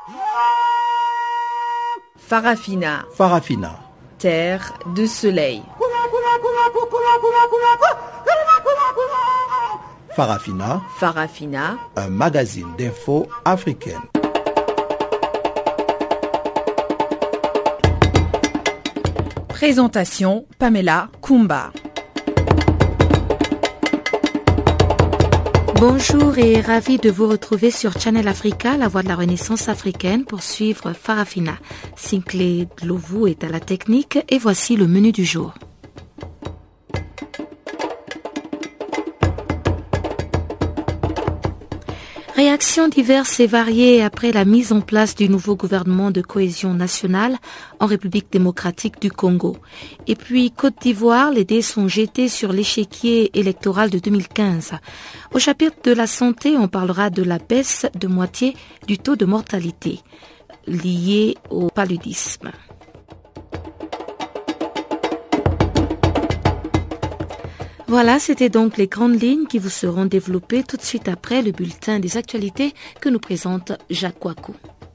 Farafina. Farafina. Terre de soleil. Farafina. Farafina. Un magazine d'infos africaine. Présentation Pamela Kumba. Bonjour et ravi de vous retrouver sur Channel Africa, la voix de la Renaissance africaine, pour suivre Farafina. Sinclair Dlovou est à la technique et voici le menu du jour. Réactions diverses et variées après la mise en place du nouveau gouvernement de cohésion nationale en République démocratique du Congo. Et puis Côte d'Ivoire, les dés sont jetés sur l'échiquier électoral de 2015. Au chapitre de la santé, on parlera de la baisse de moitié du taux de mortalité lié au paludisme. Voilà, c'était donc les grandes lignes qui vous seront développées tout de suite après le bulletin des actualités que nous présente Jacques Kouakou.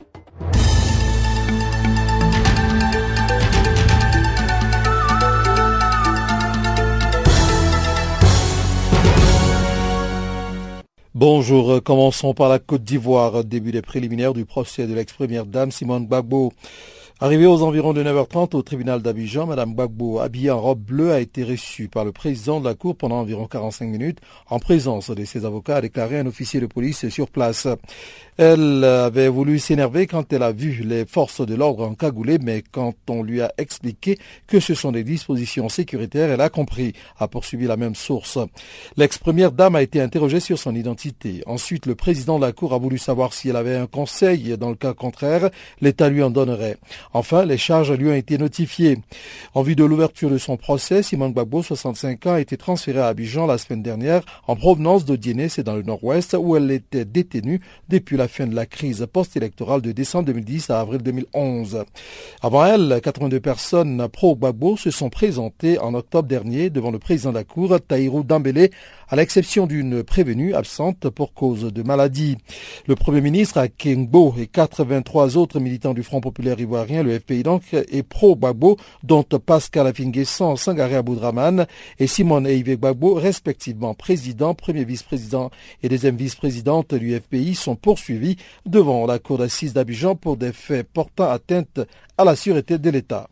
Bonjour, commençons par la Côte d'Ivoire. Début des préliminaires du procès de l'ex-première dame Simone Gbagbo. Arrivée aux environs de 9h30 au tribunal d'Abidjan, Mme Gbagbo, habillée en robe bleue, a été reçue par le président de la Cour pendant environ 45 minutes en présence de ses avocats, a déclaré un officier de police sur place. Elle avait voulu s'énerver quand elle a vu les forces de l'ordre encagoulées, mais quand on lui a expliqué que ce sont des dispositions sécuritaires, elle a compris, a poursuivi la même source. L'ex-première dame a été interrogée sur son identité. Ensuite, le président de la Cour a voulu savoir si elle avait un conseil. Dans le cas contraire, l'État lui en donnerait. Enfin, les charges lui ont été notifiées. En vue de l'ouverture de son procès, Simone Gbagbo, 65 ans, a été transférée à Abidjan la semaine dernière en provenance de Diéné, c'est dans le nord-ouest, où elle était détenue depuis la fin de la crise post-électorale de décembre 2010 à avril 2011. Avant elle, 82 personnes pro-Gbagbo se sont présentées en octobre dernier devant le président de la Cour, Tahirou Dembélé, à l'exception d'une prévenue absente pour cause de maladie. Le Premier ministre Akengbo et 83 autres militants du Front populaire ivoirien, le FPI donc, et pro-Gbagbo, dont Pascal Affi-N'Guessan, Sangaré Aboudraman et Simone Eivé Gbagbo, respectivement président, premier vice-président et deuxième vice-présidente du FPI, sont poursuivis devant la cour d'assises d'Abidjan pour des faits portant atteinte à la sûreté de l'État.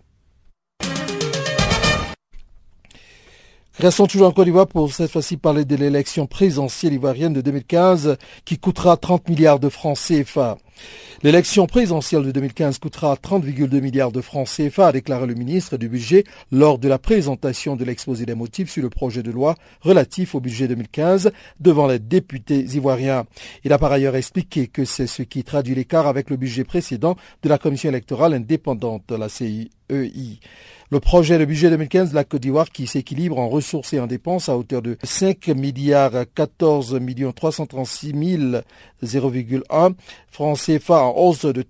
Restons toujours en Côte d'Ivoire pour cette fois-ci parler de l'élection présidentielle ivoirienne de 2015 qui coûtera 30 milliards de francs CFA. L'élection présidentielle de 2015 coûtera 30,2 milliards de francs CFA, a déclaré le ministre du Budget lors de la présentation de l'exposé des motifs sur le projet de loi relatif au budget 2015 devant les députés ivoiriens. Il a par ailleurs expliqué que c'est ce qui traduit l'écart avec le budget précédent de la Commission électorale indépendante, la CEI. Le projet de budget 2015 de la Côte d'Ivoire qui s'équilibre en ressources et en dépenses à hauteur de 5 milliards 14 336 000,1 francs CFA en hausse de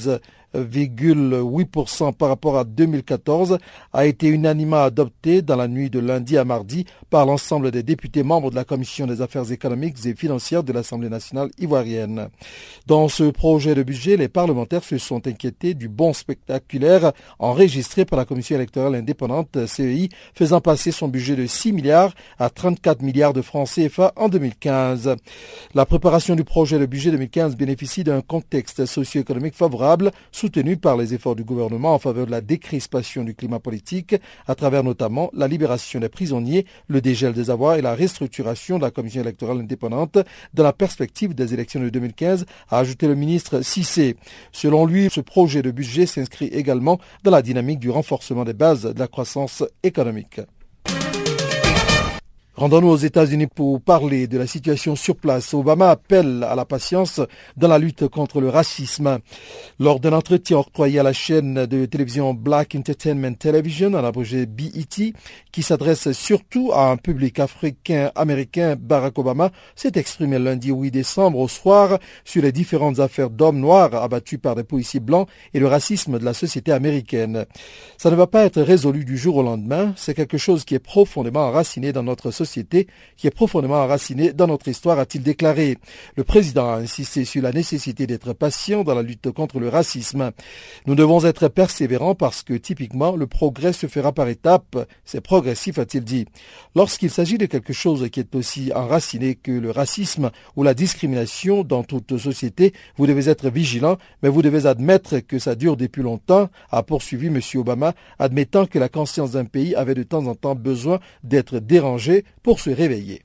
13,8% par rapport à 2014 a été unanimement adopté dans la nuit de lundi à mardi par l'ensemble des députés membres de la Commission des affaires économiques et financières de l'Assemblée nationale ivoirienne. Dans ce projet de budget, les parlementaires se sont inquiétés du bond spectaculaire enregistré par la Commission électorale indépendante CEI, faisant passer son budget de 6 milliards à 34 milliards de francs CFA en 2015. La préparation du projet de budget 2015 bénéficie d'un contexte socio-économique favorable, soutenu par les efforts du gouvernement en faveur de la décrispation du climat politique, à travers notamment la libération des prisonniers, le dégel des avoirs et la restructuration de la Commission électorale indépendante dans la perspective des élections de 2015, a ajouté le ministre Cissé. Selon lui, ce projet de budget s'inscrit également dans la dynamique du renforcement des bases de la croissance économique. Rendons-nous aux États-Unis pour parler de la situation sur place. Obama appelle à la patience dans la lutte contre le racisme. Lors d'un entretien octroyé à la chaîne de télévision Black Entertainment Television, en abrégé BET, qui s'adresse surtout à un public africain-américain, Barack Obama s'est exprimé lundi 8 décembre au soir sur les différentes affaires d'hommes noirs abattus par des policiers blancs et le racisme de la société américaine. Ça ne va pas être résolu du jour au lendemain, c'est quelque chose qui est profondément enraciné dans notre société société qui est profondément enracinée dans notre histoire, a-t-il déclaré. Le président a insisté sur la nécessité d'être patient dans la lutte contre le racisme. Nous devons être persévérants parce que, typiquement, le progrès se fera par étapes. C'est progressif, a-t-il dit. Lorsqu'il s'agit de quelque chose qui est aussi enraciné que le racisme ou la discrimination dans toute société, vous devez être vigilant, mais vous devez admettre que ça dure depuis longtemps, a poursuivi M. Obama, admettant que la conscience d'un pays avait de temps en temps besoin d'être dérangée pour se réveiller.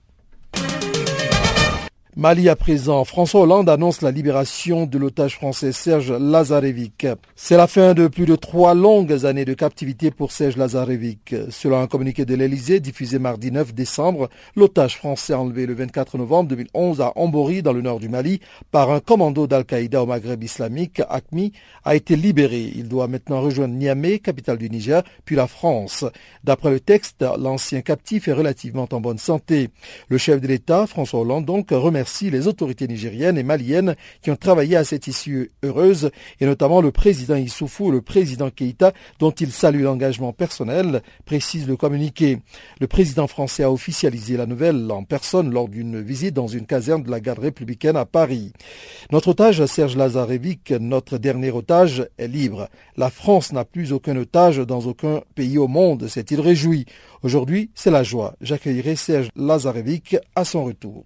Mali à présent, François Hollande annonce la libération de l'otage français Serge Lazarevic. C'est la fin de plus de 3 longues années de captivité pour Serge Lazarevic. Selon un communiqué de l'Élysée diffusé mardi 9 décembre, l'otage français enlevé le 24 novembre 2011 à Ambori, dans le nord du Mali, par un commando d'Al-Qaïda au Maghreb islamique, AQMI, a été libéré. Il doit maintenant rejoindre Niamey, capitale du Niger, puis la France. D'après le texte, l'ancien captif est relativement en bonne santé. Le chef de l'État, François Hollande, donc, remercie les autorités nigériennes et maliennes qui ont travaillé à cette issue heureuse, et notamment le président Issoufou et le président Keïta, dont il salue l'engagement personnel, précise le communiqué. Le président français a officialisé la nouvelle en personne lors d'une visite dans une caserne de la garde républicaine à Paris. Notre otage, Serge Lazarevic, notre dernier otage, est libre. La France n'a plus aucun otage dans aucun pays au monde, s'est-il réjoui. Aujourd'hui, c'est la joie. J'accueillerai Serge Lazarevic à son retour.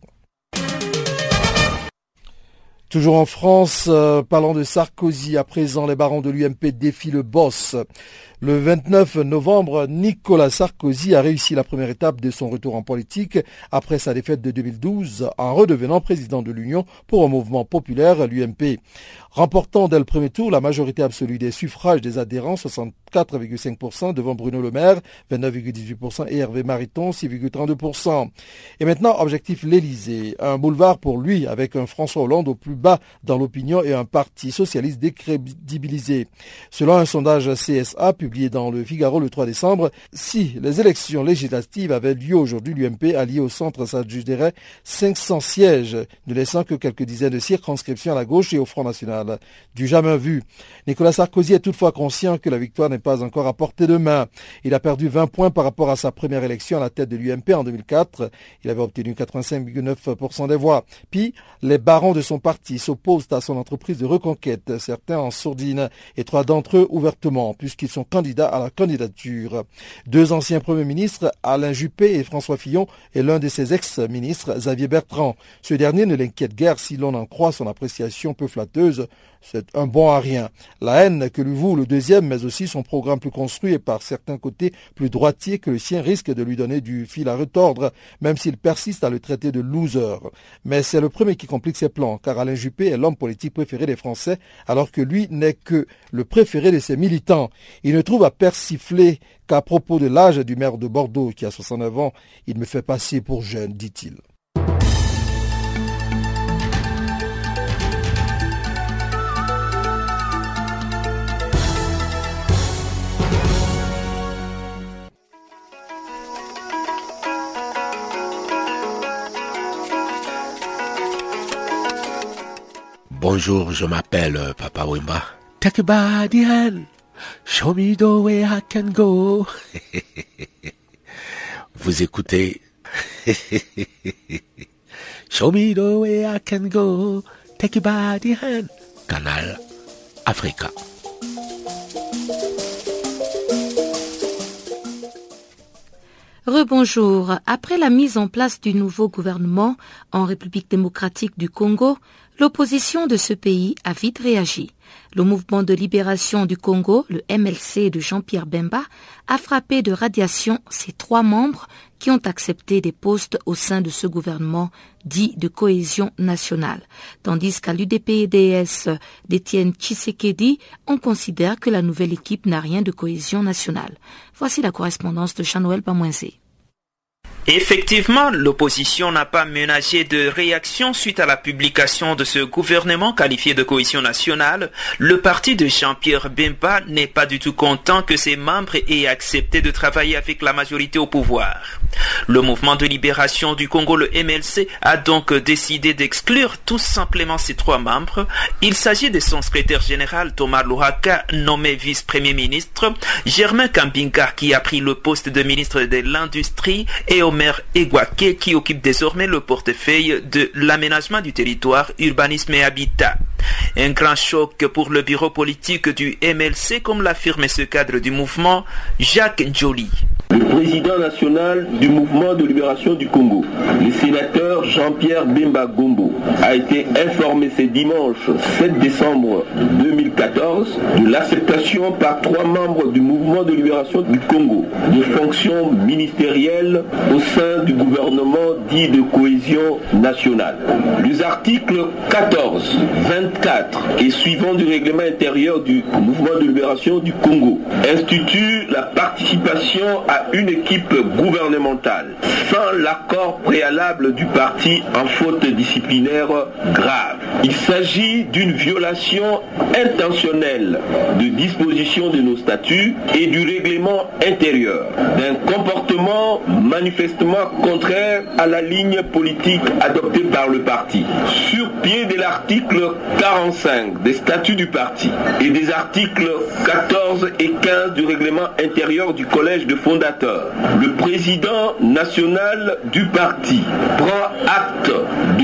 Toujours en France, parlant de Sarkozy, à présent les barons de l'UMP défient le boss. Le 29 novembre, Nicolas Sarkozy a réussi la première étape de son retour en politique après sa défaite de 2012 en redevenant président de l'Union pour un mouvement populaire, l'UMP. Remportant dès le premier tour la majorité absolue des suffrages des adhérents, 64,5% devant Bruno Le Maire, 29,18% et Hervé Mariton, 6,32%. Et maintenant, objectif l'Élysée, un boulevard pour lui avec un François Hollande au plus bas dans l'opinion et un parti socialiste décrédibilisé. Selon un sondage CSA publié dans le Figaro le 3 décembre, si les élections législatives avaient lieu aujourd'hui, l'UMP allié au centre s'adjugerait 500 sièges, ne laissant que quelques dizaines de circonscriptions à la gauche et au Front National. Du jamais vu. Nicolas Sarkozy est toutefois conscient que la victoire n'est pas encore à portée de main. Il a perdu 20 points par rapport à sa première élection à la tête de l'UMP en 2004. Il avait obtenu 85,9% des voix. Puis, les barons de son parti s'opposent à son entreprise de reconquête, certains en sourdine et 3 d'entre eux ouvertement, puisqu'ils sont candidats à la candidature. 2 anciens premiers ministres, Alain Juppé et François Fillon, et l'un de ses ex-ministres, Xavier Bertrand. Ce dernier ne l'inquiète guère si l'on en croit son appréciation peu flatteuse. C'est un bon à rien. La haine que lui voue le deuxième, mais aussi son programme plus construit et par certains côtés plus droitier que le sien, risque de lui donner du fil à retordre, même s'il persiste à le traiter de loser. Mais c'est le premier qui complique ses plans, car Alain Juppé est l'homme politique préféré des Français, alors que lui n'est que le préféré de ses militants. Il ne trouve à persifler qu'à propos de l'âge du maire de Bordeaux, qui a 69 ans, il me fait passer pour jeune, dit-il. Bonjour, je m'appelle Papa Wemba. Take a body hand, show me the way I can go. Vous écoutez Show me the way I can go, take a body hand, Canal Africa. Rebonjour. Après la mise en place du nouveau gouvernement en République démocratique du Congo, l'opposition de ce pays a vite réagi. Le mouvement de libération du Congo, le MLC de Jean-Pierre Bemba, a frappé de radiation ses 3 membres qui ont accepté des postes au sein de ce gouvernement dit de cohésion nationale. Tandis qu'à l'UDPDS d'Étienne Tshisekedi, on considère que la nouvelle équipe n'a rien de cohésion nationale. Voici la correspondance de Jean-Noël Bamoisé. Effectivement, l'opposition n'a pas ménagé de réaction suite à la publication de ce gouvernement qualifié de cohésion nationale. Le parti de Jean-Pierre Bemba n'est pas du tout content que ses membres aient accepté de travailler avec la majorité au pouvoir. Le mouvement de libération du Congo, le MLC, a donc décidé d'exclure tout simplement ses 3 membres. Il s'agit de son secrétaire général Thomas Louhaka, nommé vice-premier ministre, Germain Kambinga qui a pris le poste de ministre de l'Industrie et Omer Egwake qui occupe désormais le portefeuille de l'aménagement du territoire, urbanisme et habitat. Un grand choc pour le bureau politique du MLC, comme l'affirme ce cadre du mouvement, Jacques Njoli. Le président national du mouvement de libération du Congo, le sénateur Jean-Pierre Bemba Gombo, a été informé ce dimanche 7 décembre 2014 de l'acceptation par 3 membres du mouvement de libération du Congo de fonctions ministérielles au sein du gouvernement dit de cohésion nationale. Les articles 14, 24 et suivants du règlement intérieur du mouvement de libération du Congo instituent la participation à une équipe gouvernementale sans l'accord préalable du parti en faute disciplinaire grave. Il s'agit d'une violation intentionnelle de dispositions de nos statuts et du règlement intérieur, d'un comportement manifestement contraire à la ligne politique adoptée par le parti. Sur pied de l'article 45 des statuts du parti et des articles 14 et 15 du règlement intérieur du collège de fondateurs, le président national du parti prend acte de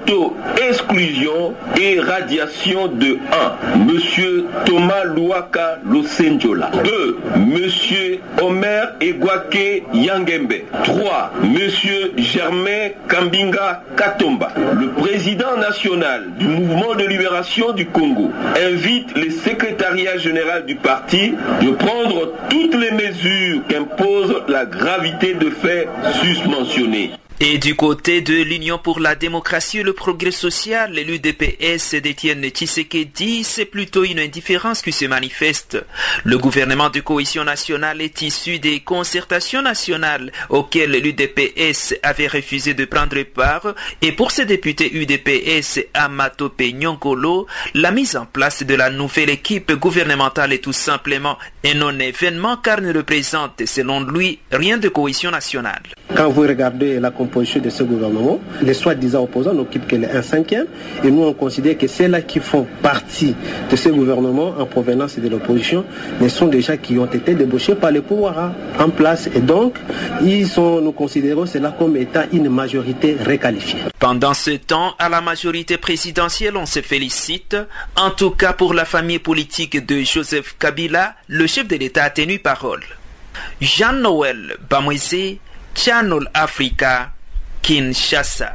l'auto-exclusion et radiation de 1. Monsieur Thomas Louaka Losenjola. 2. Monsieur Omer Egwake Yangembe. 3. Monsieur Germain Kambinga Katomba. Le président national du mouvement de libération du Congo invite le secrétariat général du parti de prendre toutes les mesures qu'impose la gravité de faits susmentionnés. Et du côté de l'Union pour la démocratie et le progrès social, l'UDPS d'Étienne Tshisekedi, c'est plutôt une indifférence qui se manifeste. Le gouvernement de cohésion nationale est issu des concertations nationales auxquelles l'UDPS avait refusé de prendre part, et pour ses députés UDPS Amatope Nyongolo, la mise en place de la nouvelle équipe gouvernementale est tout simplement un non-événement car ne représente, selon lui, rien de cohésion nationale. Quand vous regardez la composition de ce gouvernement, les soi-disant opposants n'occupent que un 5e, et nous on considère que ceux-là qui font partie de ce gouvernement en provenance de l'opposition ne sont déjà qui ont été débauchés par les pouvoirs en place, et donc nous considérons cela comme étant une majorité réqualifiée. Pendant ce temps, à la majorité présidentielle, on se félicite. En tout cas pour la famille politique de Joseph Kabila, le chef de l'État a tenu parole. Jean-Noël Bamweze, Channel Africa, Kinshasa.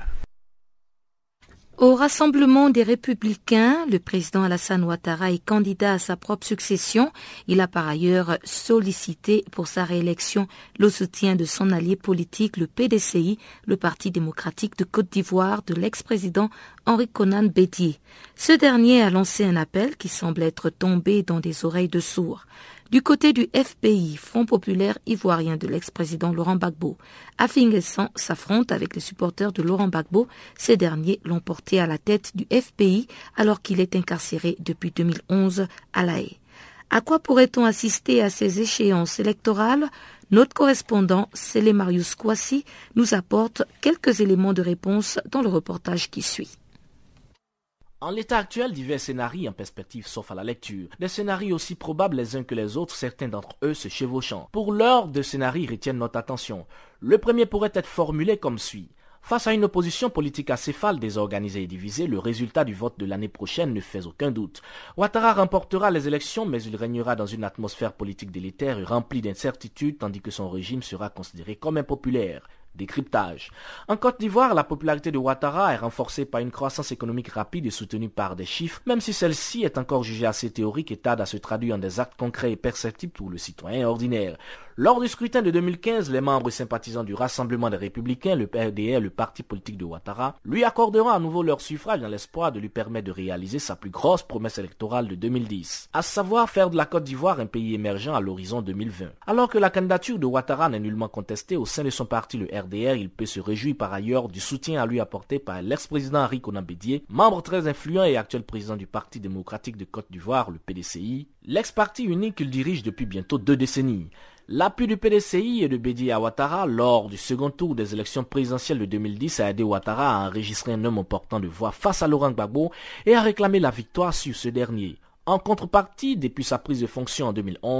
Au Rassemblement des Républicains, le président Alassane Ouattara est candidat à sa propre succession. Il a par ailleurs sollicité pour sa réélection le soutien de son allié politique, le PDCI, le Parti démocratique de Côte d'Ivoire, de l'ex-président Henri Konan Bédié. Ce dernier a lancé un appel qui semble être tombé dans des oreilles de sourds. Du côté du FPI, Front populaire ivoirien de l'ex-président Laurent Gbagbo, Afingessant s'affronte avec les supporters de Laurent Gbagbo. Ces derniers l'ont porté à la tête du FPI alors qu'il est incarcéré depuis 2011 à La Haye. À quoi pourrait-on assister à ces échéances électorales? Notre correspondant, Célé Marius Kouassi, nous apporte quelques éléments de réponse dans le reportage qui suit. En l'état actuel, divers scénarios en perspective sauf à la lecture. Des scénarios aussi probables les uns que les autres, certains d'entre eux se chevauchant. Pour l'heure, deux scénarios retiennent notre attention. Le premier pourrait être formulé comme suit. Face à une opposition politique acéphale, désorganisée et divisée, le résultat du vote de l'année prochaine ne fait aucun doute. Ouattara remportera les élections, mais il régnera dans une atmosphère politique délétère et remplie d'incertitudes, tandis que son régime sera considéré comme impopulaire. Décryptage. En Côte d'Ivoire, la popularité de Ouattara est renforcée par une croissance économique rapide et soutenue par des chiffres, même si celle-ci est encore jugée assez théorique et tarde à se traduire en des actes concrets et perceptibles pour le citoyen ordinaire. Lors du scrutin de 2015, les membres sympathisants du Rassemblement des Républicains, le RDR, le parti politique de Ouattara, lui accorderont à nouveau leur suffrage dans l'espoir de lui permettre de réaliser sa plus grosse promesse électorale de 2010, à savoir faire de la Côte d'Ivoire un pays émergent à l'horizon 2020. Alors que la candidature de Ouattara n'est nullement contestée au sein de son parti, le RDR, il peut se réjouir par ailleurs du soutien à lui apporté par l'ex-président Henri Konan Bédié, membre très influent et actuel président du Parti démocratique de Côte d'Ivoire, le PDCI, l'ex-parti unique qu'il dirige depuis bientôt 2 décennies. L'appui du PDCI et de Bédié à Ouattara lors du second tour des élections présidentielles de 2010 a aidé Ouattara à enregistrer un nombre important de voix face à Laurent Gbagbo et à réclamer la victoire sur ce dernier. En contrepartie, depuis sa prise de fonction en 2011,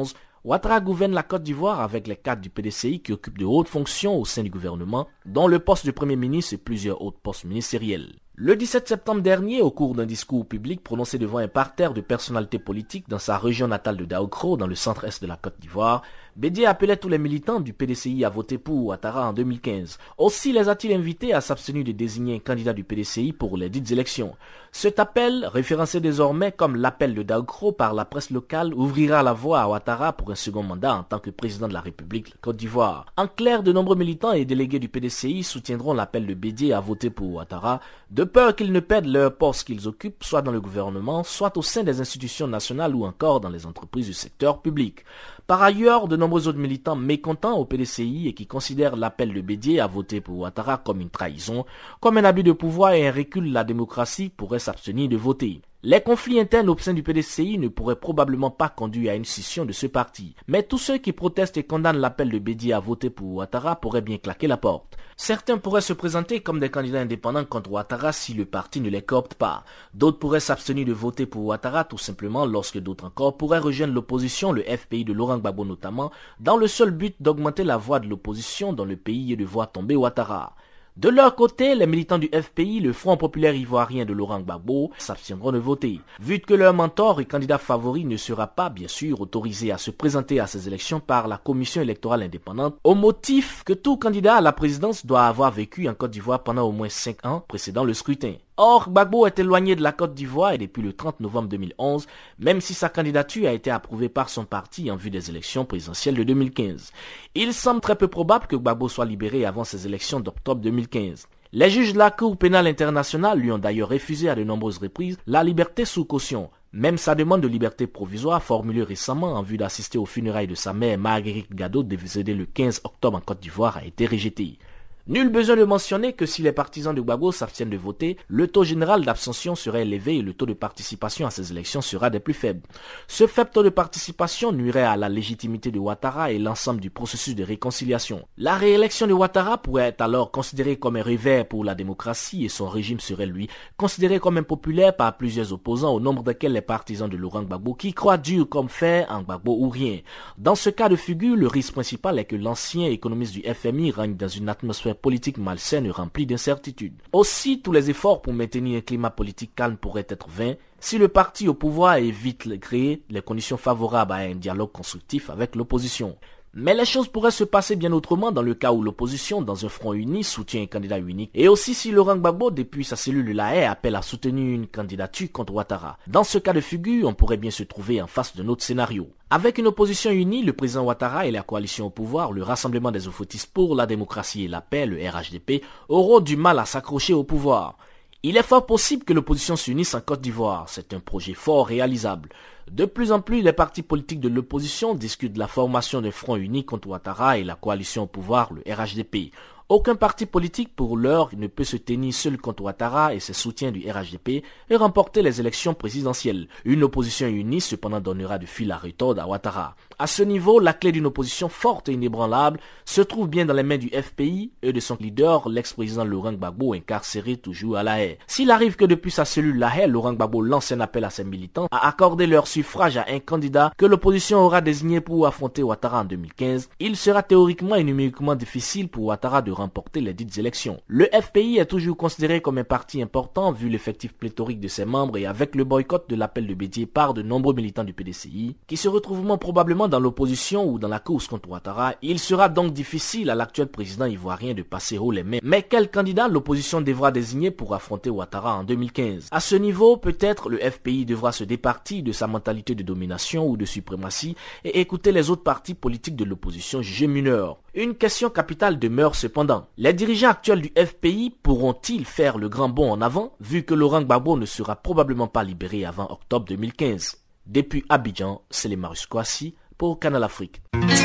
Ouattara gouverne la Côte d'Ivoire avec les cadres du PDCI qui occupent de hautes fonctions au sein du gouvernement, dont le poste de Premier ministre et plusieurs autres postes ministériels. Le 17 septembre dernier, au cours d'un discours public prononcé devant un parterre de personnalités politiques dans sa région natale de Daoukro, dans le centre-est de la Côte d'Ivoire, Bédié appelait tous les militants du PDCI à voter pour Ouattara en 2015. Aussi les a-t-il invités à s'abstenir de désigner un candidat du PDCI pour les dites élections. Cet appel, référencé désormais comme l'appel de Daoukro par la presse locale, ouvrira la voie à Ouattara pour un second mandat en tant que président de la République de Côte d'Ivoire. En clair, de nombreux militants et délégués du PDCI soutiendront l'appel de Bédié à voter pour Ouattara, de peur qu'ils ne perdent leur poste qu'ils occupent, soit dans le gouvernement, soit au sein des institutions nationales ou encore dans les entreprises du secteur public. Par ailleurs, de nombreux autres militants mécontents au PDCI et qui considèrent l'appel de Bédié à voter pour Ouattara comme une trahison, comme un abus de pouvoir et un recul de la démocratie pourraient s'abstenir de voter. Les conflits internes au sein du PDCI ne pourraient probablement pas conduire à une scission de ce parti, mais tous ceux qui protestent et condamnent l'appel de Bédié à voter pour Ouattara pourraient bien claquer la porte. Certains pourraient se présenter comme des candidats indépendants contre Ouattara si le parti ne les coopte pas. D'autres pourraient s'abstenir de voter pour Ouattara tout simplement lorsque d'autres encore pourraient rejoindre l'opposition, le FPI de Laurent Gbagbo notamment, dans le seul but d'augmenter la voix de l'opposition dans le pays et de voir tomber Ouattara. De leur côté, les militants du FPI, le Front populaire ivoirien de Laurent Gbagbo, s'abstiendront de voter, vu que leur mentor et candidat favori ne sera pas, bien sûr, autorisé à se présenter à ces élections par la Commission électorale indépendante, au motif que tout candidat à la présidence doit avoir vécu en Côte d'Ivoire pendant au moins 5 ans précédant le scrutin. Or, Gbagbo est éloigné de la Côte d'Ivoire et depuis le 30 novembre 2011, même si sa candidature a été approuvée par son parti en vue des élections présidentielles de 2015. Il semble très peu probable que Gbagbo soit libéré avant ces élections d'octobre 2015. Les juges de la Cour pénale internationale lui ont d'ailleurs refusé à de nombreuses reprises la liberté sous caution. Même sa demande de liberté provisoire formulée récemment en vue d'assister aux funérailles de sa mère Marguerite Gado décédée le 15 octobre en Côte d'Ivoire a été rejetée. Nul besoin de mentionner que si les partisans de Gbagbo s'abstiennent de voter, le taux général d'abstention sera élevé et le taux de participation à ces élections sera des plus faibles. Ce faible taux de participation nuirait à la légitimité de Ouattara et l'ensemble du processus de réconciliation. La réélection de Ouattara pourrait être alors considérée comme un revers pour la démocratie et son régime serait lui considéré comme impopulaire par plusieurs opposants au nombre desquels les partisans de Laurent Gbagbo qui croient dur comme fer en Gbagbo ou rien. Dans ce cas de figure, le risque principal est que l'ancien économiste du FMI règne dans une atmosphère politique malsaine remplie d'incertitudes. Aussi, tous les efforts pour maintenir un climat politique calme pourraient être vains si le parti au pouvoir évite de créer les conditions favorables à un dialogue constructif avec l'opposition. Mais les choses pourraient se passer bien autrement dans le cas où l'opposition, dans un front uni, soutient un candidat unique. Et aussi si Laurent Gbagbo, depuis sa cellule de La Haye, appelle à soutenir une candidature contre Ouattara. Dans ce cas de figure, on pourrait bien se trouver en face d'un autre scénario. Avec une opposition unie, le président Ouattara et la coalition au pouvoir, le Rassemblement des Ofotistes pour la démocratie et la paix, le RHDP, auront du mal à s'accrocher au pouvoir. Il est fort possible que l'opposition s'unisse en Côte d'Ivoire. C'est un projet fort réalisable. De plus en plus, les partis politiques de l'opposition discutent de la formation d'un front uni contre Ouattara et la coalition au pouvoir, le RHDP. Aucun parti politique pour l'heure ne peut se tenir seul contre Ouattara et ses soutiens du RHDP et remporter les élections présidentielles. Une opposition unie cependant donnera du fil à retordre à Ouattara. À ce niveau, la clé d'une opposition forte et inébranlable se trouve bien dans les mains du FPI et de son leader, l'ex-président Laurent Gbagbo, incarcéré toujours à La Haye. S'il arrive que depuis sa cellule La Haye, Laurent Gbagbo lance un appel à ses militants à accorder leur suffrage à un candidat que l'opposition aura désigné pour affronter Ouattara en 2015, il sera théoriquement et numériquement difficile pour Ouattara de remporter les dites élections. Le FPI est toujours considéré comme un parti important vu l'effectif pléthorique de ses membres et avec le boycott de l'appel de Bédié par de nombreux militants du PDCI qui se retrouvent probablement dans l'opposition ou dans la course contre Ouattara. Il sera donc difficile à l'actuel président ivoirien de passer haut les mains. Mais quel candidat l'opposition devra désigner pour affronter Ouattara en 2015? À ce niveau, peut-être le FPI devra se départir de sa mentalité de domination ou de suprématie et écouter les autres partis politiques de l'opposition jugés mineurs. Une question capitale demeure cependant. Les dirigeants actuels du FPI pourront-ils faire le grand bond en avant vu que Laurent Gbagbo ne sera probablement pas libéré avant octobre 2015? Depuis Abidjan, c'est les Marius Kouassi pour Canal Afrique.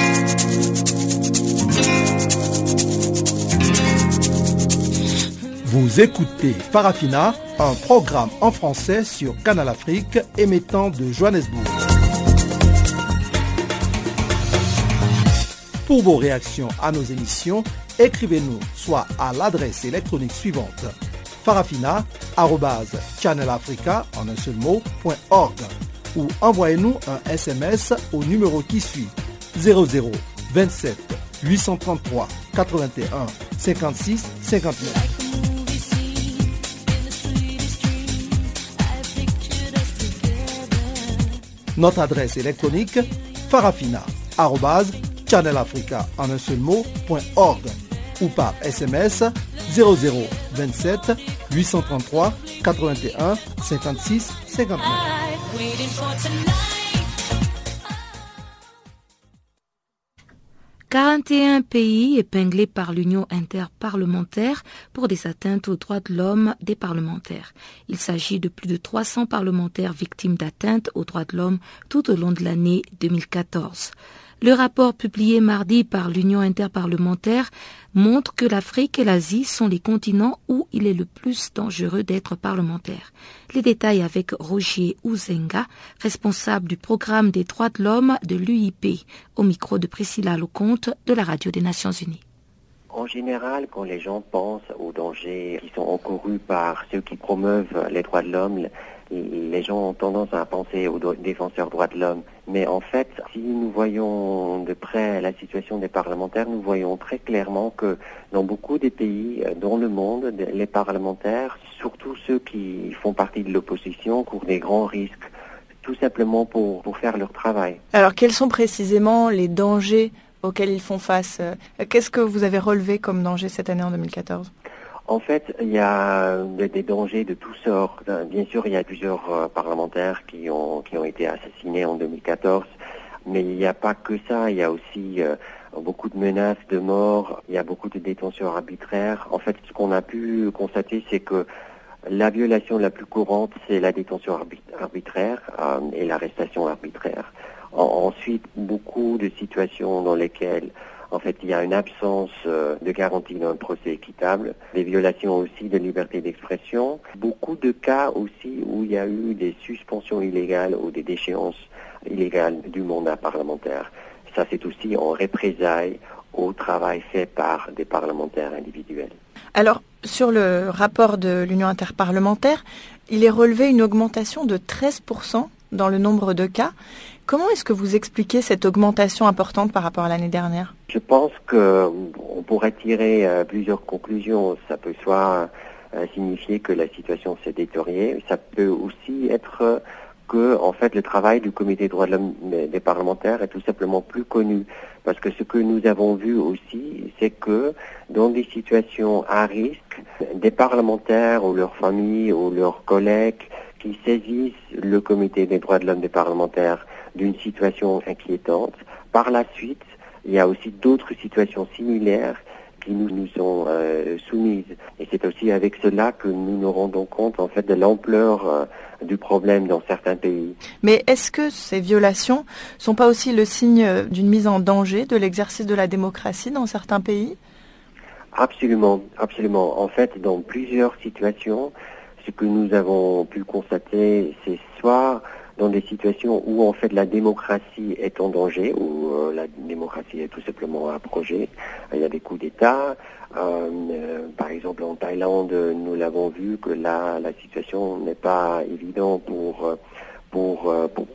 Vous écoutez Farafina, un programme en français sur Canal Afrique émettant de Johannesburg. Pour vos réactions à nos émissions, écrivez-nous soit à l'adresse électronique suivante farafina@channelafrica en un seul mot.org ou envoyez-nous un SMS au numéro qui suit 00 27 833 81 56 59. Notre adresse électronique farafina@channelafrica en un seul mot.org ou par SMS 00 27 833 81 56 59. 41 pays épinglés par l'Union interparlementaire pour des atteintes aux droits de l'homme des parlementaires. Il s'agit de plus de 300 parlementaires victimes d'atteintes aux droits de l'homme tout au long de l'année 2014. Le rapport publié mardi par l'Union interparlementaire montre que l'Afrique et l'Asie sont les continents où il est le plus dangereux d'être parlementaire. Les détails avec Roger Ouzenga, responsable du programme des droits de l'homme de l'UIP, au micro de Priscilla Lecomte de la Radio des Nations Unies. En général, quand les gens pensent aux dangers qui sont encourus par ceux qui promeuvent les droits de l'homme, les gens ont tendance à penser aux défenseurs des droits de l'homme. Mais en fait, si nous voyons de près la situation des parlementaires, nous voyons très clairement que dans beaucoup des pays dans le monde, les parlementaires, surtout ceux qui font partie de l'opposition, courent des grands risques, tout simplement pour faire leur travail. Alors, quels sont précisément les dangers auxquels ils font face? Qu'est-ce que vous avez relevé comme danger cette année en 2014? En fait, il y a des dangers de toutes sortes. Bien sûr, il y a plusieurs parlementaires qui ont été assassinés en 2014, mais il n'y a pas que ça. Il y a aussi beaucoup de menaces de mort, il y a beaucoup de détentions arbitraires. En fait, ce qu'on a pu constater, c'est que la violation la plus courante, c'est la détention arbitraire et l'arrestation arbitraire. Ensuite, beaucoup de situations dans lesquelles en fait, il y a une absence de garantie d'un procès équitable, des violations aussi de liberté d'expression, beaucoup de cas aussi où il y a eu des suspensions illégales ou des déchéances illégales du mandat parlementaire. Ça, c'est aussi en représailles au travail fait par des parlementaires individuels. Alors, sur le rapport de l'Union interparlementaire, il est relevé une augmentation de 13% dans le nombre de cas. Comment est-ce que vous expliquez cette augmentation importante par rapport à l'année dernière? Je pense qu'on pourrait tirer plusieurs conclusions. Ça peut soit signifier que la situation s'est détériorée. Ça peut aussi être que, en fait, le travail du Comité des droits de l'homme des parlementaires est tout simplement plus connu. Parce que ce que nous avons vu aussi, c'est que dans des situations à risque, des parlementaires ou leurs familles ou leurs collègues qui saisissent le Comité des droits de l'homme des parlementaires d'une situation inquiétante, par la suite, il y a aussi d'autres situations similaires qui nous sont soumises. Et c'est aussi avec cela que nous nous rendons compte en fait de l'ampleur du problème dans certains pays. Mais est-ce que ces violations sont pas aussi le signe d'une mise en danger de l'exercice de la démocratie dans certains pays? Absolument, absolument. En fait, dans plusieurs situations, ce que nous avons pu constater, c'est soit dans des situations où en fait la démocratie est en danger, où la démocratie est tout simplement abrogée. Il y a des coups d'État. Par exemple en Thaïlande, nous l'avons vu que là la situation n'est pas évidente pour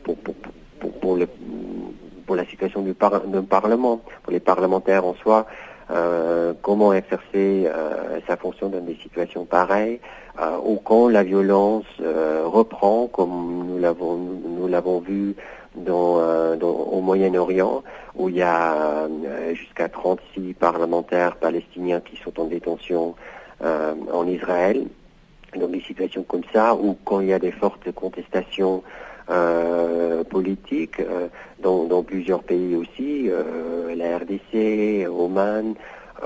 la situation du Parlement, pour les parlementaires en soi. Comment exercer sa fonction dans des situations pareilles, ou quand la violence reprend, comme nous l'avons vu au Moyen-Orient, où il y a jusqu'à 36 parlementaires palestiniens qui sont en détention en Israël, dans des situations comme ça, ou quand il y a des fortes contestations politiques dans plusieurs pays aussi, la RDC, Oman,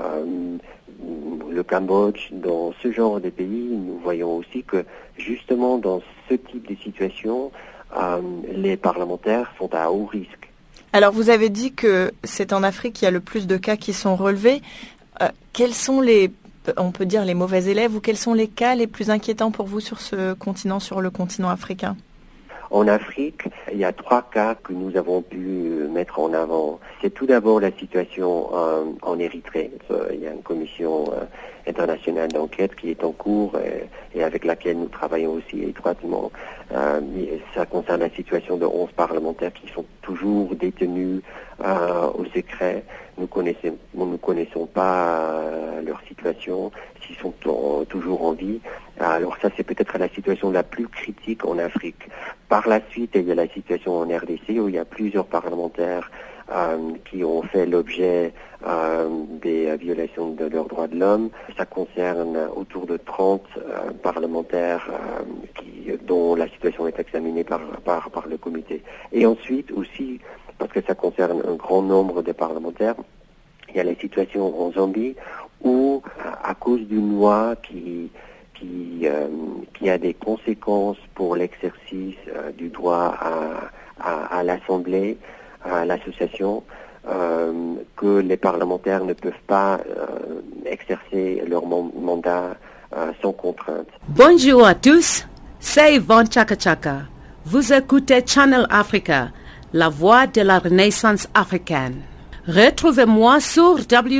le Cambodge, dans ce genre de pays, nous voyons aussi que justement dans ce type de situation, les parlementaires sont à haut risque. Alors vous avez dit que c'est en Afrique qu'il y a le plus de cas qui sont relevés. Quels sont on peut dire les mauvais élèves, ou quels sont les cas les plus inquiétants pour vous sur le continent africain? En Afrique, il y a 3 cas que nous avons pu mettre en avant. C'est tout d'abord la situation en Érythrée. Il y a une commission internationale d'enquête qui est en cours et avec laquelle nous travaillons aussi étroitement. Ça concerne la situation de 11 parlementaires qui sont toujours détenus au secret. Nous ne connaissons pas leur situation, s'ils sont toujours en vie. Alors ça, c'est peut-être la situation la plus critique en Afrique. Par la suite, il y a la situation en RDC où il y a plusieurs parlementaires qui ont fait l'objet des violations de leurs droits de l'homme. Ça concerne autour de 30 parlementaires dont la situation est examinée par le comité. Et ensuite aussi, parce que ça concerne un grand nombre de parlementaires, il y a la situation en Zambie où, à cause d'une loi qui a des conséquences pour l'exercice du droit à l'Assemblée, à l'association, que les parlementaires ne peuvent pas exercer leur mandat sans contrainte. Bonjour à tous, c'est Yvonne Chaka Chaka. Vous écoutez Channel Africa, la voix de la Renaissance africaine. Retrouvez-moi sur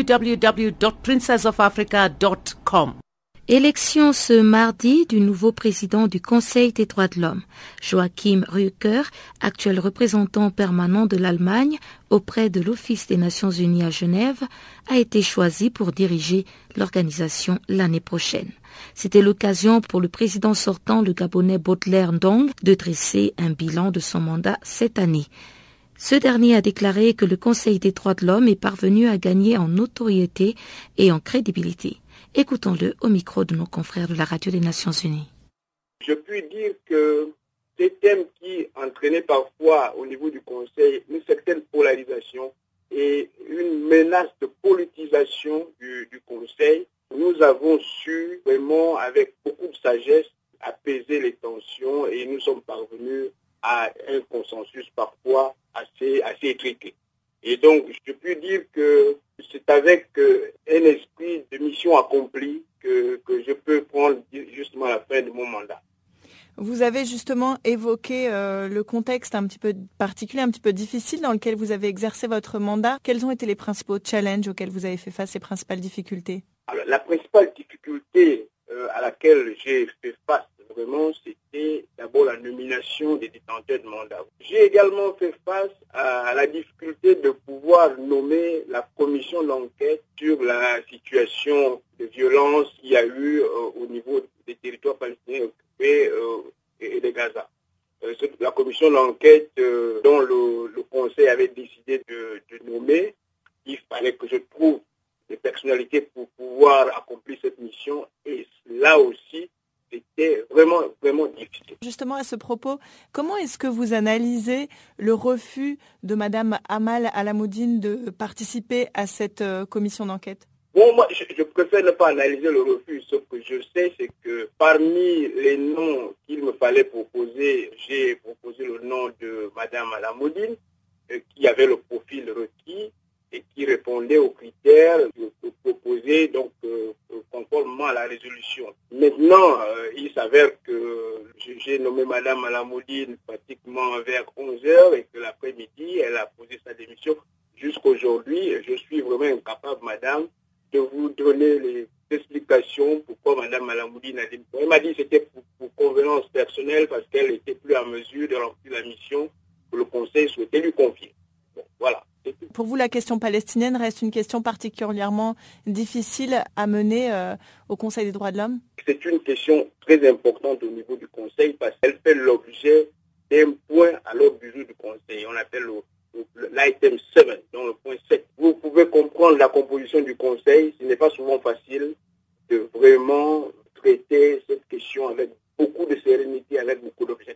www.princessofafrica.com. Élection ce mardi du nouveau président du Conseil des droits de l'homme. Joachim Rücker, actuel représentant permanent de l'Allemagne auprès de l'Office des Nations Unies à Genève, a été choisi pour diriger l'organisation l'année prochaine. C'était l'occasion pour le président sortant, le Gabonais Baudelaire Ndong, de dresser un bilan de son mandat cette année. Ce dernier a déclaré que le Conseil des droits de l'homme est parvenu à gagner en notoriété et en crédibilité. Écoutons-le au micro de nos confrères de la Radio des Nations Unies. Je puis dire que ces thèmes qui entraînaient parfois au niveau du Conseil une certaine polarisation et une menace de politisation du Conseil, nous avons su vraiment, avec beaucoup de sagesse, apaiser les tensions et nous sommes parvenus à un consensus parfois assez étriqué. Et donc, je peux dire que c'est avec un esprit de mission accomplie que je peux prendre justement la fin de mon mandat. Vous avez justement évoqué le contexte un petit peu particulier, un petit peu difficile dans lequel vous avez exercé votre mandat. Quels ont été les principaux challenges auxquels vous avez fait face, les principales difficultés? Alors, la principale difficulté à laquelle j'ai fait face vraiment, c'était d'abord la nomination des détenteurs de mandat. J'ai également fait face à la difficulté de pouvoir nommer la commission d'enquête sur la situation de violence qu'il y a eu au niveau des territoires palestiniens occupés et de Gaza. La commission d'enquête dont le Conseil avait décidé de nommer, il fallait que je trouve des personnalités pour pouvoir accomplir cette mission, et là aussi, c'était vraiment difficile. Justement, à ce propos, comment est-ce que vous analysez le refus de Mme Amal Alamoudine de participer à cette commission d'enquête? Bon, moi, je préfère ne pas analyser le refus. Ce que je sais, c'est que parmi les noms qu'il me fallait proposer, j'ai proposé le nom de Mme Alamoudine, qui avait le profil requis et qui répondait aux critères proposés, donc conformément à la résolution. Maintenant, il s'avère que j'ai nommé Mme Alamoudine pratiquement vers 11h et que l'après-midi, elle a posé sa démission. Jusqu'aujourd'hui, je suis vraiment incapable, madame, de vous donner les explications pourquoi Mme Alamoudine a démissionné. Elle m'a dit que c'était pour convenance personnelle parce qu'elle n'était plus en mesure de remplir la mission que le Conseil souhaitait lui confier. Bon, voilà. Pour vous, la question palestinienne reste une question particulièrement difficile à mener au Conseil des droits de l'homme? C'est une question très importante au niveau du Conseil parce qu'elle fait l'objet d'un point à l'ordre du jour du Conseil. On appelle l'item 7, donc le point 7. Vous pouvez comprendre la composition du Conseil. Ce n'est pas souvent facile de vraiment traiter cette question avec beaucoup de sérénité, avec beaucoup d'objectifs.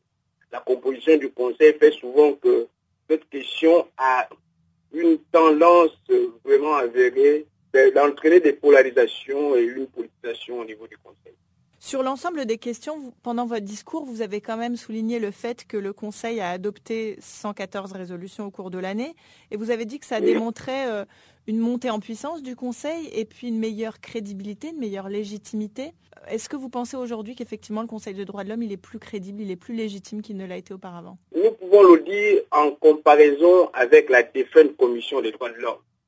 La composition du Conseil fait souvent que cette question a une tendance vraiment avérée d'entraîner des polarisations et une politisation au niveau du Conseil. Sur l'ensemble des questions, pendant votre discours, vous avez quand même souligné le fait que le Conseil a adopté 114 résolutions au cours de l'année et vous avez dit que ça démontrait une montée en puissance du Conseil et puis une meilleure crédibilité, une meilleure légitimité. Est-ce que vous pensez aujourd'hui qu'effectivement le Conseil des droits de l'homme il est plus crédible, il est plus légitime qu'il ne l'a été auparavant? Nous pouvons le dire en comparaison avec la défunte Commission des droits de l'homme.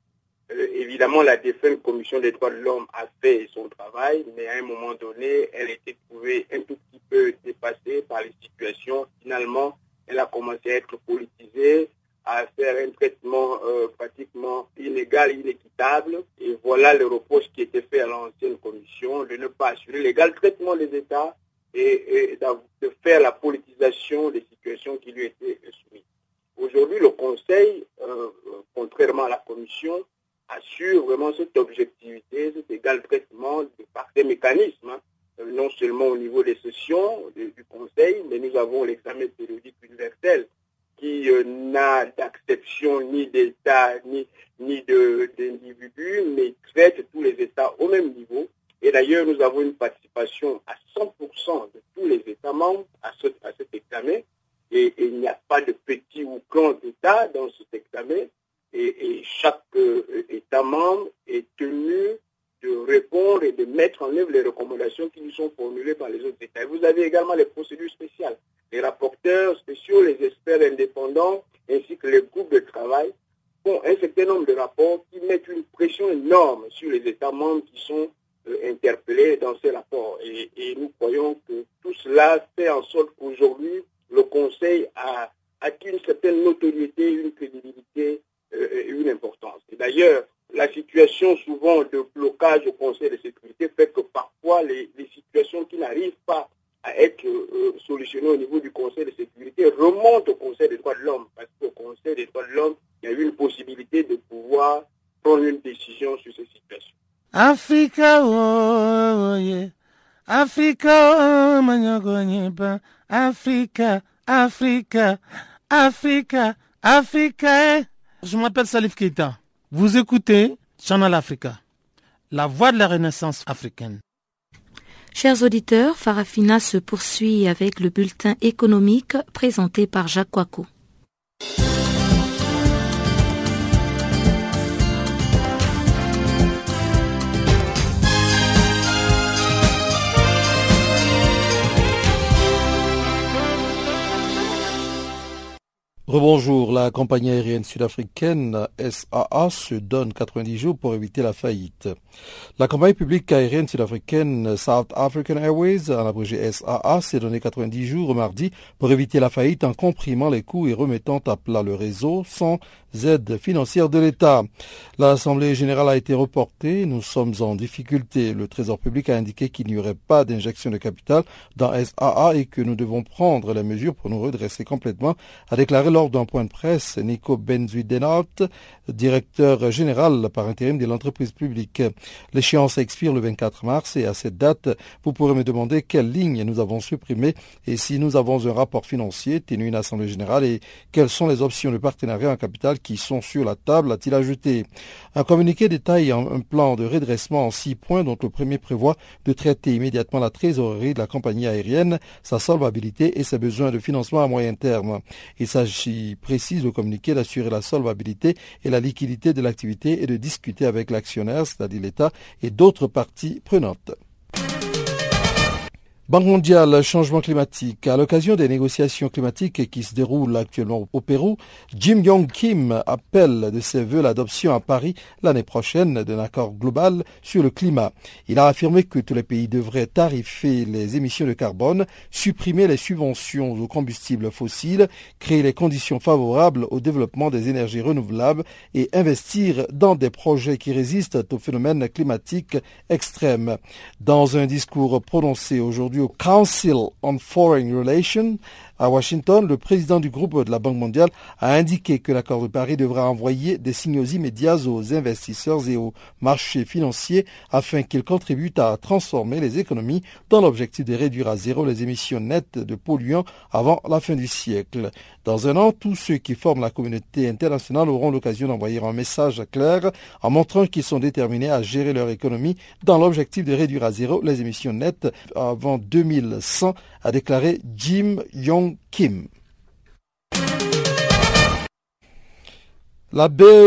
Évidemment, la défunte Commission des droits de l'homme a fait son travail, mais à un moment donné, elle a été trouvée un tout petit peu dépassée par les situations. Finalement, elle a commencé à être politisée, à faire un traitement pratiquement inégal, inéquitable. Et voilà le reproche qui était fait à l'ancienne commission de ne pas assurer l'égal traitement des États et de faire la politisation des situations qui lui étaient soumises. Aujourd'hui, le Conseil, contrairement à la commission, assure vraiment cette objectivité, cet égal traitement par des mécanismes, non seulement au niveau des sessions du Conseil, mais nous avons l'examen périodique universel qui n'a d'acception ni d'État ni d'individus, mais traite tous les États au même niveau. Et d'ailleurs, nous avons une participation à 100% de tous les États membres à cet examen. Et il n'y a pas de petit ou grand État dans cet examen. Et chaque État membre est tenu de répondre et de mettre en œuvre les recommandations qui lui sont formulées par les autres États. Et vous avez également les procédures spéciales. Les rapporteurs spéciaux, les experts indépendants, ainsi que les groupes de travail font un certain nombre de rapports qui mettent une pression énorme sur les États membres qui sont interpellés dans ces rapports. Et nous croyons que tout cela fait en sorte qu'aujourd'hui, le Conseil a acquis une certaine notoriété, une crédibilité et une importance. Et d'ailleurs, la situation souvent de blocage au Conseil de sécurité fait que parfois les situations qui n'arrivent pas à être solutionnées au niveau du Conseil de sécurité remontent au Conseil des droits de l'homme, parce qu'au Conseil des droits de l'homme, il y a eu une possibilité de pouvoir prendre une décision sur ces situations. Africa, oh, yeah. Africa, oh, Africa, Africa, Africa, Africa. Je m'appelle Salif Keita. Vous écoutez Channel Africa, la voix de la Renaissance africaine. Chers auditeurs, Farafina se poursuit avec le bulletin économique présenté par Jacques Kouakou. Rebonjour, la compagnie aérienne sud-africaine SAA se donne 90 jours pour éviter la faillite. La compagnie publique aérienne sud-africaine South African Airways, en abrégé SAA, s'est donné 90 jours mardi pour éviter la faillite en comprimant les coûts et remettant à plat le réseau sans aide financière de l'État. L'Assemblée générale a été reportée. Nous sommes en difficulté. Le Trésor public a indiqué qu'il n'y aurait pas d'injection de capital dans SAA et que nous devons prendre les mesures pour nous redresser complètement, a déclaré lors d'un point de presse Nico Benzuidenhout, directeur général par intérim de l'entreprise publique. L'échéance expire le 24 mars et à cette date, vous pourrez me demander quelles lignes nous avons supprimées et si nous avons un rapport financier tenu une assemblée générale et quelles sont les options de partenariat en capital qui sont sur la table, a-t-il ajouté. Un communiqué détaille un plan de redressement en 6 points dont le premier prévoit de traiter immédiatement la trésorerie de la compagnie aérienne, sa solvabilité et ses besoins de financement à moyen terme. Il s'agit, précise le communiqué, d'assurer la solvabilité et la liquidité de l'activité et de discuter avec l'actionnaire, c'est-à-dire l'État, et d'autres parties prenantes. Banque mondiale, changement climatique. À l'occasion des négociations climatiques qui se déroulent actuellement au Pérou, Jim Yong Kim appelle de ses vœux l'adoption à Paris l'année prochaine d'un accord global sur le climat. Il a affirmé que tous les pays devraient tarifer les émissions de carbone, supprimer les subventions aux combustibles fossiles, créer les conditions favorables au développement des énergies renouvelables et investir dans des projets qui résistent aux phénomènes climatiques extrêmes. Dans un discours prononcé aujourd'hui au Council on Foreign Relations à Washington, le président du groupe de la Banque mondiale a indiqué que l'accord de Paris devra envoyer des signaux immédiats aux investisseurs et aux marchés financiers afin qu'ils contribuent à transformer les économies dans l'objectif de réduire à zéro les émissions nettes de polluants avant la fin du siècle. Dans un an, tous ceux qui forment la communauté internationale auront l'occasion d'envoyer un message clair en montrant qu'ils sont déterminés à gérer leur économie dans l'objectif de réduire à zéro les émissions nettes avant 2100, a déclaré Jim Yong Kim. La BEI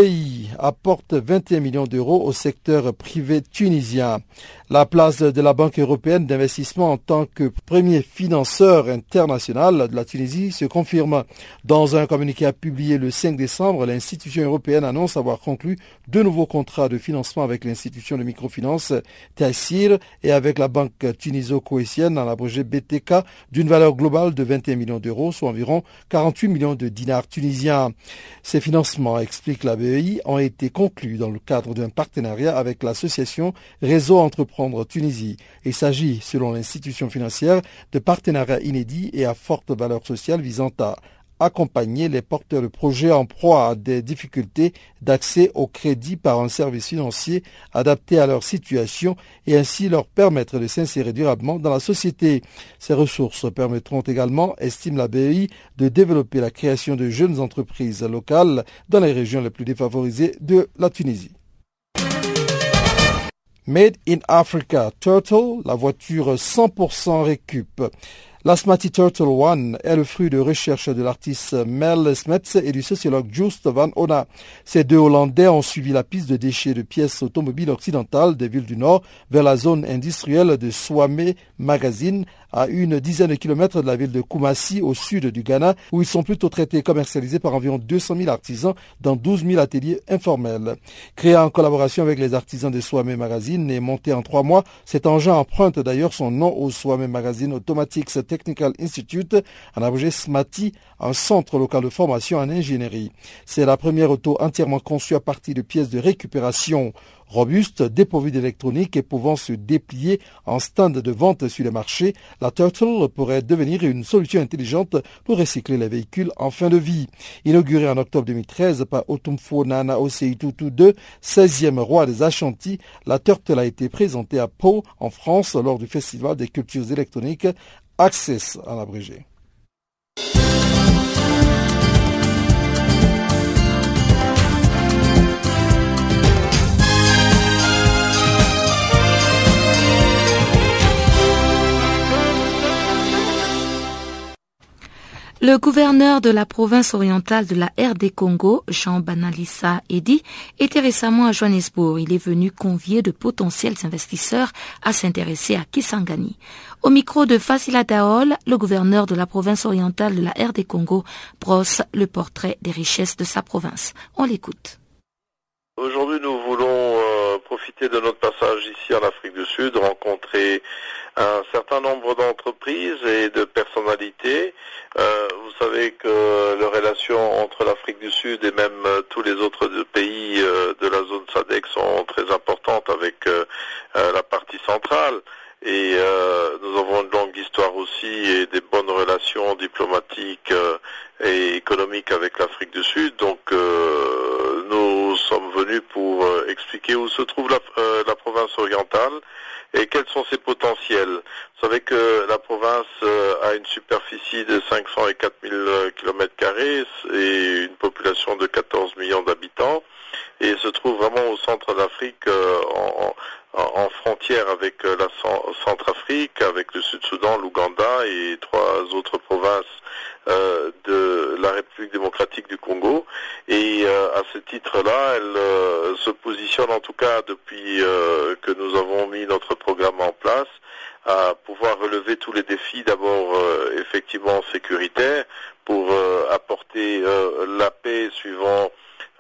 apporte 21 millions d'euros au secteur privé tunisien. La place de la Banque européenne d'investissement en tant que premier financeur international de la Tunisie se confirme. Dans un communiqué publié le 5 décembre, l'institution européenne annonce avoir conclu 2 nouveaux contrats de financement avec l'institution de microfinance Tassir et avec la banque tuniso-koweïtienne, en abrégé BTK, d'une valeur globale de 21 millions d'euros, soit environ 48 millions de dinars tunisiens. Ces financements, explique la BEI, ont été conclus dans le cadre d'un partenariat avec l'association Réseau Entreprendre Tunisie. Il s'agit, selon l'institution financière, de partenariats inédits et à forte valeur sociale visant à accompagner les porteurs de projets en proie à des difficultés d'accès au crédit par un service financier adapté à leur situation et ainsi leur permettre de s'insérer durablement dans la société. Ces ressources permettront également, estime la BEI, de développer la création de jeunes entreprises locales dans les régions les plus défavorisées de la Tunisie. Made in Africa, Turtle, la voiture 100% récup. L'Asmati Turtle One est le fruit de recherche de l'artiste Mel Smets et du sociologue Joost van Ona. Ces 2 Hollandais ont suivi la piste de déchets de pièces automobiles occidentales des villes du Nord vers la zone industrielle de Swame Magazine, à une dizaine de kilomètres de la ville de Kumasi, au sud du Ghana, où ils sont plutôt traités et commercialisés par environ 200 000 artisans dans 12 000 ateliers informels. Créé en collaboration avec les artisans de Swame Magazine et monté en 3 mois, cet engin emprunte d'ailleurs son nom au Swame Magazine Automatics Technical Institute, en abrégé SMATI, un centre local de formation en ingénierie. C'est la première auto entièrement conçue à partir de pièces de récupération robuste, dépourvue d'électronique et pouvant se déplier en stand de vente sur le marché. La Turtle pourrait devenir une solution intelligente pour recycler les véhicules en fin de vie. Inaugurée en octobre 2013 par Otumfo Nana Osei-Tutu II, 16e roi des Ashanti, la Turtle a été présentée à Pau, en France, lors du Festival des cultures électroniques Access en abrégé. Le gouverneur de la province orientale de la RD Congo, Jean Banalissa Edi, était récemment à Johannesburg. Il est venu convier de potentiels investisseurs à s'intéresser à Kisangani. Au micro de Fasila Daol, le gouverneur de la province orientale de la RD Congo brosse le portrait des richesses de sa province. On l'écoute. Aujourd'hui, nous voulons profiter de notre passage ici en Afrique du Sud, rencontrer un certain nombre d'entreprises et de personnalités. Vous savez que les relations entre l'Afrique du Sud et même tous les autres pays de la zone SADC sont très importantes avec la partie centrale. Et nous avons une longue histoire aussi et des bonnes relations diplomatiques et économiques avec l'Afrique du Sud. Donc nous sommes venus pour expliquer où se trouve la province orientale et quels sont ses potentiels. Vous savez que la province a une superficie de 500 et 4000 km² et une population de 14 millions d'habitants et se trouve vraiment au centre d'Afrique en frontière avec la Centrafrique, avec le Sud-Soudan, l'Ouganda et 3 autres provinces de la République démocratique du Congo. Et à ce titre-là, elle se positionne en tout cas depuis que nous avons mis notre programme en place à pouvoir relever tous les défis, d'abord effectivement sécuritaires, pour apporter la paix suivant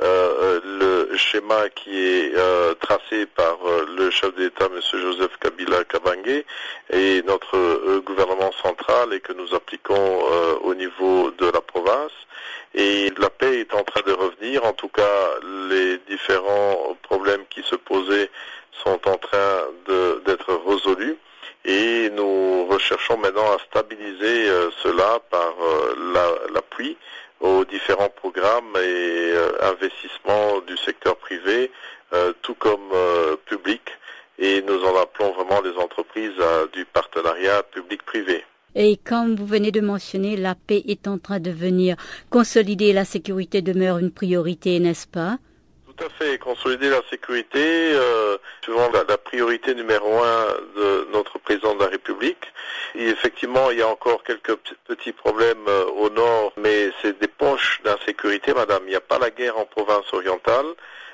le schéma qui est tracé par le chef d'État, M. Joseph Kabila Kabange, et notre gouvernement central et que nous appliquons au niveau de la province. Et la paix est en train de revenir. En tout cas, les différents problèmes qui se posaient sont en train d'être résolus. Et nous recherchons maintenant à stabiliser cela par l'appui aux différents programmes et investissements du secteur privé, tout comme public. Et nous en appelons vraiment les entreprises à du partenariat public-privé. Et comme vous venez de mentionner, la paix est en train de venir. Consolider la sécurité demeure une priorité, n'est-ce pas? Tout à fait. Consolider la sécurité, souvent la priorité numéro 1 de notre président de la République. Et effectivement, il y a encore quelques petits problèmes au nord, mais c'est des poches d'insécurité, madame. Il n'y a pas la guerre en province orientale.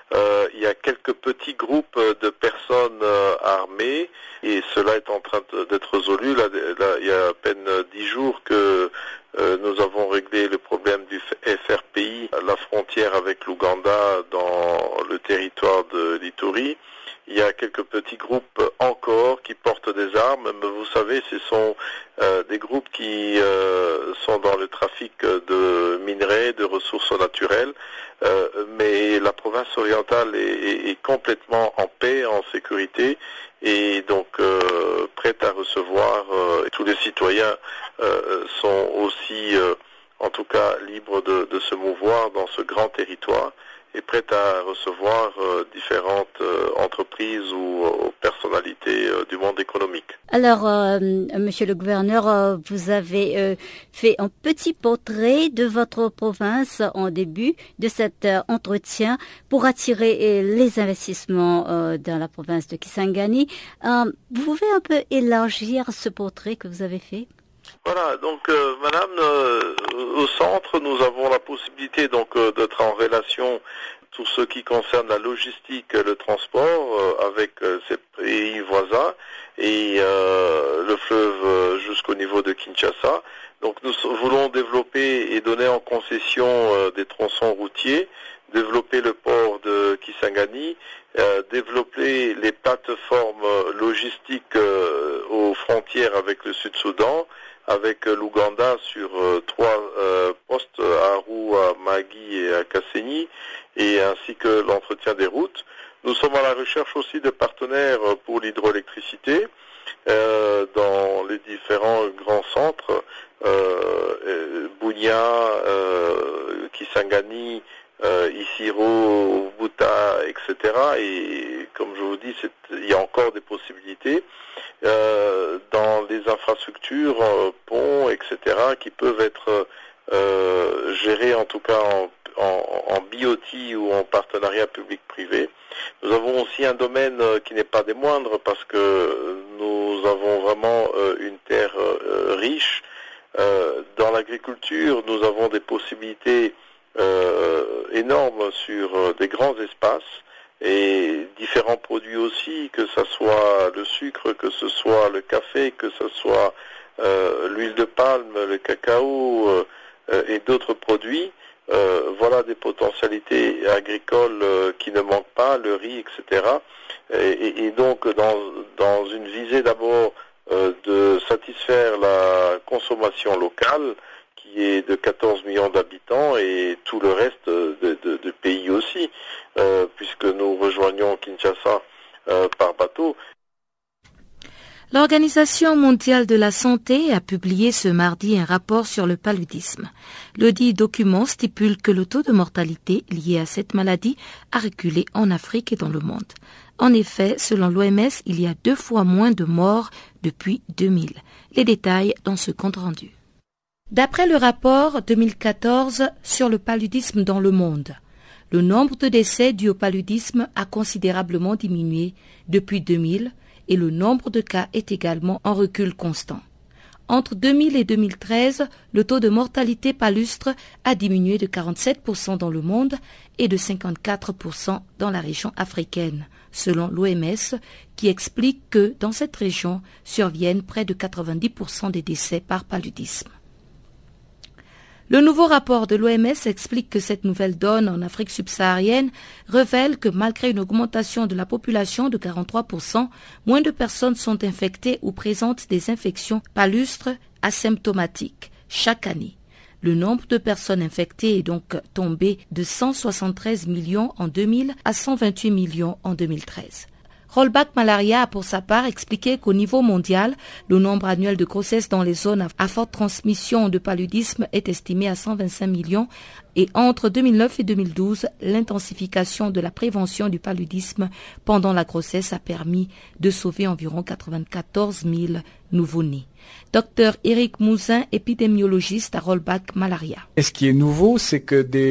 Il y a quelques petits groupes de personnes armées et cela est en train d'être résolu. Là, il y a à peine 10 jours que nous avons réglé le problème du FRPI, la frontière avec l'Ouganda dans le territoire de l'Ituri. Il y a quelques petits groupes encore qui portent des armes, mais vous savez, ce sont des groupes qui sont dans le trafic de minerais, de ressources naturelles, mais la province orientale est complètement en paix, en sécurité, et donc prête à recevoir. Tous les citoyens sont aussi, en tout cas, libres de se mouvoir dans ce grand territoire, et prête à recevoir différentes entreprises ou personnalités du monde économique. Alors, monsieur le gouverneur, vous avez fait un petit portrait de votre province en début de cet entretien pour attirer les investissements dans la province de Kisangani. Vous pouvez un peu élargir ce portrait que vous avez fait ? Voilà, donc madame, au centre, nous avons la possibilité donc d'être en relation tout ce qui concerne la logistique, le transport avec ces pays voisins et le fleuve jusqu'au niveau de Kinshasa. Donc nous voulons développer et donner en concession des tronçons routiers, développer le port de Kisangani, développer les plateformes logistiques aux frontières avec le Sud-Soudan, avec l'Ouganda sur 3 postes à Arua, à Magui et à Kasenyi, et ainsi que l'entretien des routes. Nous sommes à la recherche aussi de partenaires pour l'hydroélectricité dans les différents grands centres, Bunia, Kisangani, Isiro, Buta, etc. Et comme je vous dis, il y a encore des possibilités dans les infrastructures, ponts, etc., qui peuvent être gérés en tout cas en BOT ou en partenariat public-privé. Nous avons aussi un domaine qui n'est pas des moindres parce que nous avons vraiment une terre riche. Dans l'agriculture, nous avons des possibilités énormes sur des grands espaces et différents produits aussi, que ce soit le sucre, que ce soit le café, que ce soit l'huile de palme, le cacao et d'autres produits. Voilà des potentialités agricoles qui ne manquent pas, le riz, etc. Et donc dans une visée d'abord de satisfaire la consommation locale, qui est de 14 millions d'habitants, et tout le reste de pays aussi, puisque nous rejoignons Kinshasa par bateau. L'Organisation mondiale de la santé a publié ce mardi un rapport sur le paludisme. Le dit document stipule que le taux de mortalité lié à cette maladie a reculé en Afrique et dans le monde. En effet, selon l'OMS, il y a 2 fois moins de morts depuis 2000. Les détails dans ce compte-rendu. D'après le rapport 2014 sur le paludisme dans le monde, le nombre de décès dus au paludisme a considérablement diminué depuis 2000 et le nombre de cas est également en recul constant. Entre 2000 et 2013, le taux de mortalité palustre a diminué de 47% dans le monde et de 54% dans la région africaine, selon l'OMS, qui explique que dans cette région surviennent près de 90% des décès par paludisme. Le nouveau rapport de l'OMS explique que cette nouvelle donne en Afrique subsaharienne révèle que malgré une augmentation de la population de 43%, moins de personnes sont infectées ou présentent des infections palustres asymptomatiques chaque année. Le nombre de personnes infectées est donc tombé de 173 millions en 2000 à 128 millions en 2013. Rollback Malaria a pour sa part expliqué qu'au niveau mondial, le nombre annuel de grossesses dans les zones à forte transmission de paludisme est estimé à 125 millions et entre 2009 et 2012, l'intensification de la prévention du paludisme pendant la grossesse a permis de sauver environ 94 000 nouveau-nés. Dr Eric Mouzin, épidémiologiste à Rollback Malaria. Et ce qui est nouveau, c'est que des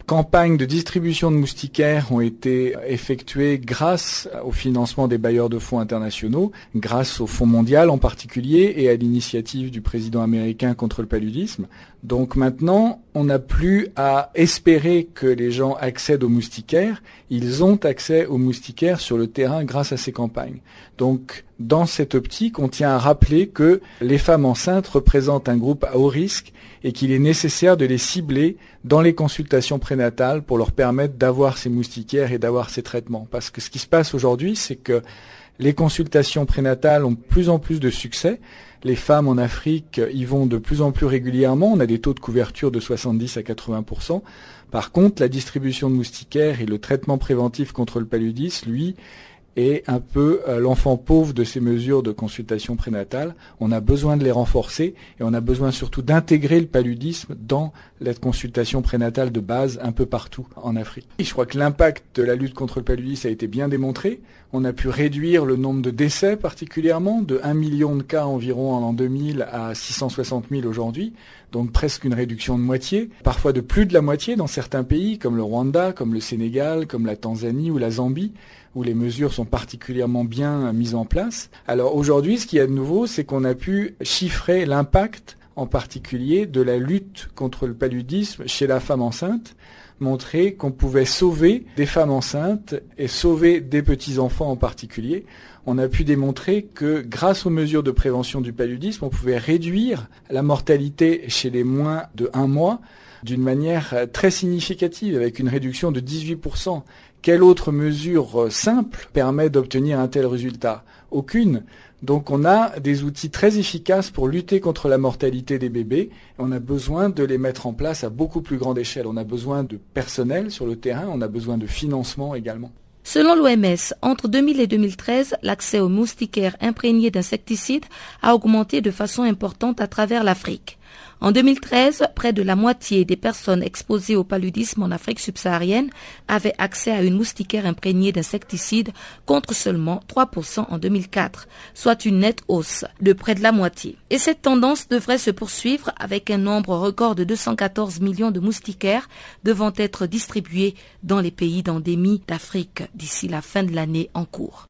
campagnes de distribution de moustiquaires ont été effectuées grâce au financement des bailleurs de fonds internationaux, grâce au Fonds mondial en particulier et à l'initiative du président américain contre le paludisme. Donc maintenant, on n'a plus à espérer que les gens accèdent aux moustiquaires. Ils ont accès aux moustiquaires sur le terrain grâce à ces campagnes. Donc, dans cette optique, on tient à rappeler que les femmes enceintes représentent un groupe à haut risque et qu'il est nécessaire de les cibler dans les consultations prénatales pour leur permettre d'avoir ces moustiquaires et d'avoir ces traitements. Parce que ce qui se passe aujourd'hui, c'est que les consultations prénatales ont de plus en plus de succès. Les femmes en Afrique y vont de plus en plus régulièrement. On a des taux de couverture de 70 à 80%. Par contre, la distribution de moustiquaires et le traitement préventif contre le paludisme, lui, est un peu l'enfant pauvre de ces mesures de consultation prénatale. On a besoin de les renforcer et on a besoin surtout d'intégrer le paludisme dans la consultation prénatale de base un peu partout en Afrique. Et je crois que l'impact de la lutte contre le paludisme a été bien démontré. On a pu réduire le nombre de décès particulièrement de 1 million de cas environ en l'an 2000 à 660 000 aujourd'hui. Donc presque une réduction de moitié, parfois de plus de la moitié dans certains pays comme le Rwanda, comme le Sénégal, comme la Tanzanie ou la Zambie, où les mesures sont particulièrement bien mises en place. Alors aujourd'hui, ce qu'il y a de nouveau, c'est qu'on a pu chiffrer l'impact en particulier de la lutte contre le paludisme chez la femme enceinte, montrer qu'on pouvait sauver des femmes enceintes et sauver des petits-enfants en particulier. On a pu démontrer que grâce aux mesures de prévention du paludisme, on pouvait réduire la mortalité chez les moins de 1 mois d'une manière très significative, avec une réduction de 18%. Quelle autre mesure simple permet d'obtenir un tel résultat? Aucune. Donc on a des outils très efficaces pour lutter contre la mortalité des bébés. On a besoin de les mettre en place à beaucoup plus grande échelle. On a besoin de personnel sur le terrain, on a besoin de financement également. Selon l'OMS, entre 2000 et 2013, l'accès aux moustiquaires imprégnés d'insecticides a augmenté de façon importante à travers l'Afrique. En 2013, près de la moitié des personnes exposées au paludisme en Afrique subsaharienne avaient accès à une moustiquaire imprégnée d'insecticides contre seulement 3% en 2004, soit une nette hausse de près de la moitié. Et cette tendance devrait se poursuivre avec un nombre record de 214 millions de moustiquaires devant être distribués dans les pays d'endémie d'Afrique d'ici la fin de l'année en cours.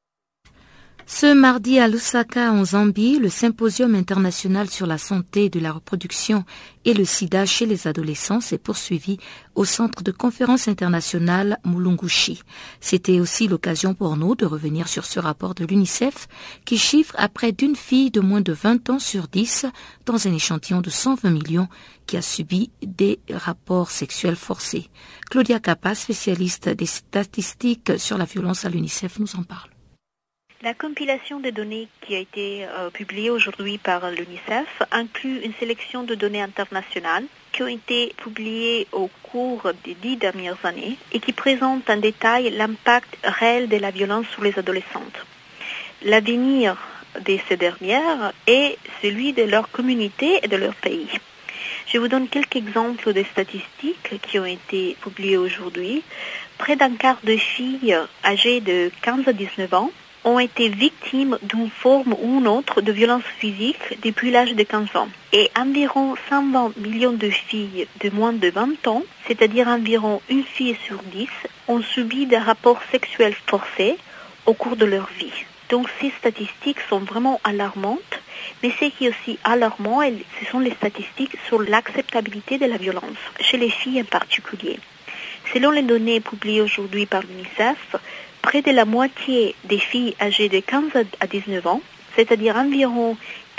Ce mardi à Lusaka, en Zambie, le symposium international sur la santé de la reproduction et le sida chez les adolescents s'est poursuivi au centre de conférence internationale Mulungushi. C'était aussi l'occasion pour nous de revenir sur ce rapport de l'UNICEF qui chiffre à près d'une fille de moins de 20 ans sur 10 dans un échantillon de 120 millions qui a subi des rapports sexuels forcés. Claudia Capa, spécialiste des statistiques sur la violence à l'UNICEF, nous en parle. La compilation des données qui a été publiée aujourd'hui par l'UNICEF inclut une sélection de données internationales qui ont été publiées au cours des 10 dernières années et qui présentent en détail l'impact réel de la violence sur les adolescentes. L'avenir de ces dernières est celui de leur communauté et de leur pays. Je vous donne quelques exemples de statistiques qui ont été publiées aujourd'hui. Près d'un quart de filles âgées de 15 à 19 ans ont été victimes d'une forme ou une autre de violence physique depuis l'âge de 15 ans. Et environ 120 millions de filles de moins de 20 ans, c'est-à-dire environ une fille sur 10, ont subi des rapports sexuels forcés au cours de leur vie. Donc ces statistiques sont vraiment alarmantes, mais ce qui est aussi alarmant, ce sont les statistiques sur l'acceptabilité de la violence, chez les filles en particulier. Selon les données publiées aujourd'hui par l'UNICEF, près de la moitié des filles âgées de 15 à 19 ans, c'est-à-dire environ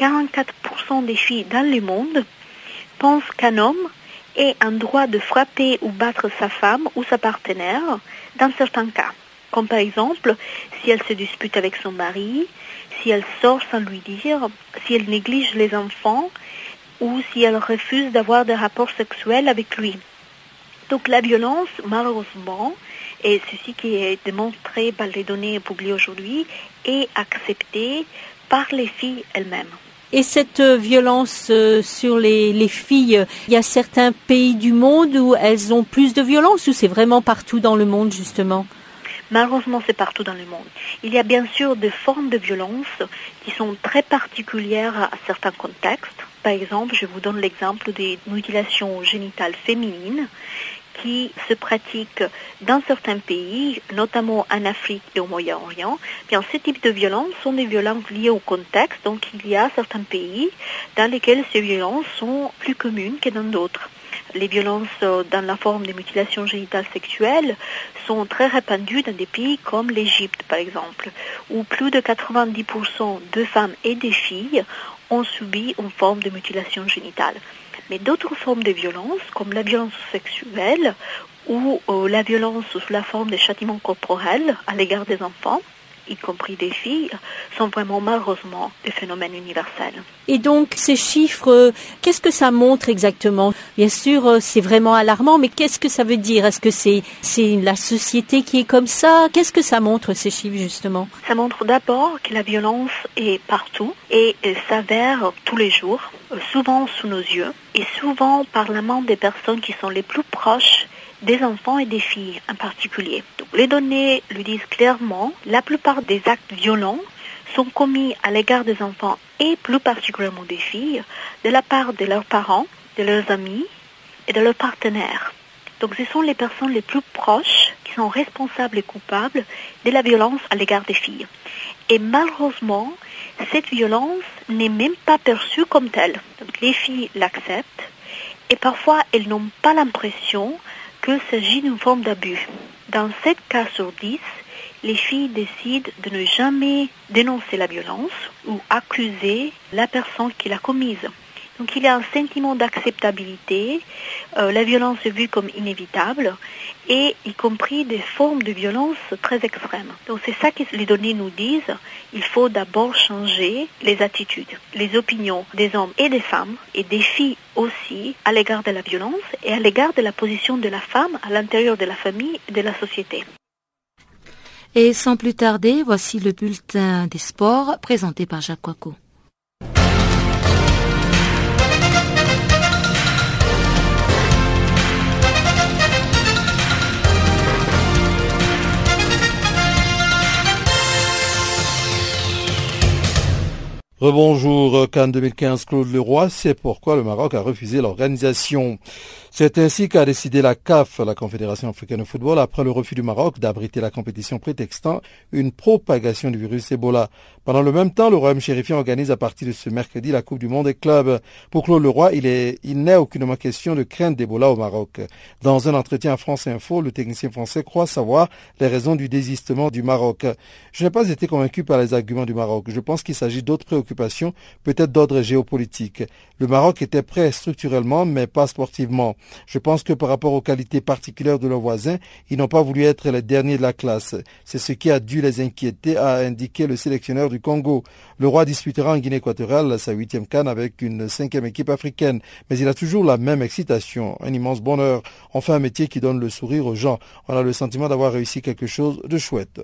44% des filles dans le monde, pensent qu'un homme ait un droit de frapper ou battre sa femme ou sa partenaire dans certains cas. Comme par exemple, si elle se dispute avec son mari, si elle sort sans lui dire, si elle néglige les enfants ou si elle refuse d'avoir des rapports sexuels avec lui. Donc la violence, malheureusement, et ceci qui est démontré par les données publiées aujourd'hui, est accepté par les filles elles-mêmes. Et cette violence sur les filles, il y a certains pays du monde où elles ont plus de violence ou c'est vraiment partout dans le monde justement ? Malheureusement, c'est partout dans le monde. Il y a bien sûr des formes de violence qui sont très particulières à certains contextes. Par exemple, je vous donne l'exemple des mutilations génitales féminines qui se pratiquent dans certains pays, notamment en Afrique et au Moyen-Orient. Bien, ce type de violences sont des violences liées au contexte. Donc, il y a certains pays dans lesquels ces violences sont plus communes que dans d'autres. Les violences dans la forme de mutilation génitale sexuelle sont très répandues dans des pays comme l'Égypte, par exemple, où plus de 90% de femmes et de filles ont subi une forme de mutilation génitale. Mais d'autres formes de violence, comme la violence sexuelle ou la violence sous la forme de châtiments corporels à l'égard des enfants, y compris des filles, sont vraiment malheureusement des phénomènes universels. Et donc, ces chiffres, qu'est-ce que ça montre exactement? Bien sûr, c'est vraiment alarmant, mais qu'est-ce que ça veut dire? Est-ce que c'est la société qui est comme ça? Qu'est-ce que ça montre, ces chiffres, justement? Ça montre d'abord que la violence est partout et s'avère tous les jours, souvent sous nos yeux, et souvent par la main des personnes qui sont les plus proches des enfants et des filles en particulier. Donc, les données le disent clairement, la plupart des actes violents sont commis à l'égard des enfants et plus particulièrement des filles de la part de leurs parents, de leurs amis et de leurs partenaires. Donc ce sont les personnes les plus proches qui sont responsables et coupables de la violence à l'égard des filles. Et malheureusement, cette violence n'est même pas perçue comme telle. Donc les filles l'acceptent et parfois elles n'ont pas l'impression qu'il s'agit d'une forme d'abus. Dans 7 cas sur 10, les filles décident de ne jamais dénoncer la violence ou accuser la personne qui l'a commise. Donc il y a un sentiment d'acceptabilité, la violence est vue comme inévitable, et y compris des formes de violence très extrêmes. Donc c'est ça que les données nous disent, il faut d'abord changer les attitudes, les opinions des hommes et des femmes, et des filles aussi, à l'égard de la violence et à l'égard de la position de la femme à l'intérieur de la famille et de la société. Et sans plus tarder, voici le bulletin des sports présenté par Jacques Coicot. Rebonjour, Cannes 2015, Claude Leroy, c'est pourquoi le Maroc a refusé l'organisation. C'est ainsi qu'a décidé la CAF, la Confédération africaine de football, après le refus du Maroc d'abriter la compétition prétextant une propagation du virus Ebola. Pendant le même temps, le Royaume chérifien organise à partir de ce mercredi la Coupe du Monde des clubs. Pour Claude Leroy, il n'est aucunement question de crainte d'Ebola au Maroc. Dans un entretien à France Info, le technicien français croit savoir les raisons du désistement du Maroc. Je n'ai pas été convaincu par les arguments du Maroc. Je pense qu'il s'agit d'autres préoccupations, peut-être d'ordre géopolitique. Le Maroc était prêt structurellement, mais pas sportivement. Je pense que par rapport aux qualités particulières de leurs voisins, ils n'ont pas voulu être les derniers de la classe. C'est ce qui a dû les inquiéter, a indiqué le sélectionneur du Congo. Le Roi disputera en Guinée équatoriale sa 8e CAN avec une 5e équipe africaine. Mais il a toujours la même excitation, un immense bonheur. On fait un métier qui donne le sourire aux gens. On a le sentiment d'avoir réussi quelque chose de chouette.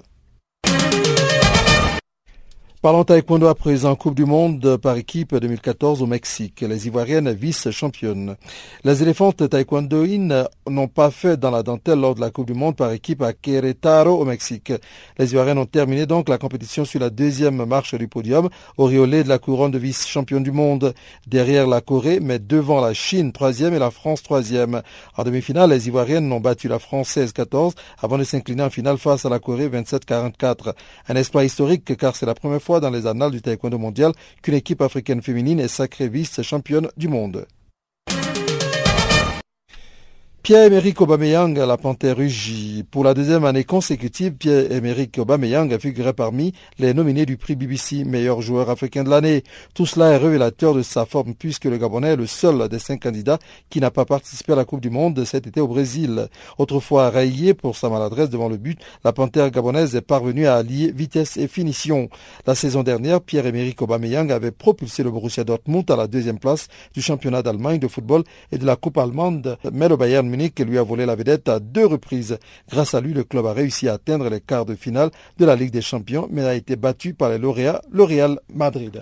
Parlons taekwondo à présent, Coupe du Monde par équipe 2014 au Mexique. Les Ivoiriennes vice-championnes. Les éléphantes taekwondoïnes n'ont pas fait dans la dentelle lors de la Coupe du Monde par équipe à Querétaro au Mexique. Les Ivoiriennes ont terminé donc la compétition sur la 2e marche du podium, auréolée de la couronne de vice-championne du monde. Derrière la Corée, mais devant la Chine 3e et la France 3e. En demi-finale, les Ivoiriennes ont battu la Française 14 avant de s'incliner en finale face à la Corée 27-44. Un exploit historique car c'est la première fois dans les annales du taekwondo mondial qu'une équipe africaine féminine est sacrée vice-championne du monde. Pierre-Emerick Aubameyang, la panthère rugit. Pour la 2e année consécutive, Pierre-Emerick Aubameyang figurait parmi les nominés du prix BBC meilleur joueur africain de l'année. Tout cela est révélateur de sa forme puisque le Gabonais est le seul des 5 candidats qui n'a pas participé à la Coupe du Monde cet été au Brésil. Autrefois rayé pour sa maladresse devant le but, la panthère gabonaise est parvenue à allier vitesse et finition. La saison dernière, Pierre-Emerick Aubameyang avait propulsé le Borussia Dortmund à la 2e place du championnat d'Allemagne de football et de la Coupe allemande, mais le Bayern Munich lui a volé la vedette à 2 reprises. Grâce à lui, le club a réussi à atteindre les quarts de finale de la Ligue des Champions, mais a été battu par les lauréats, le Real Madrid.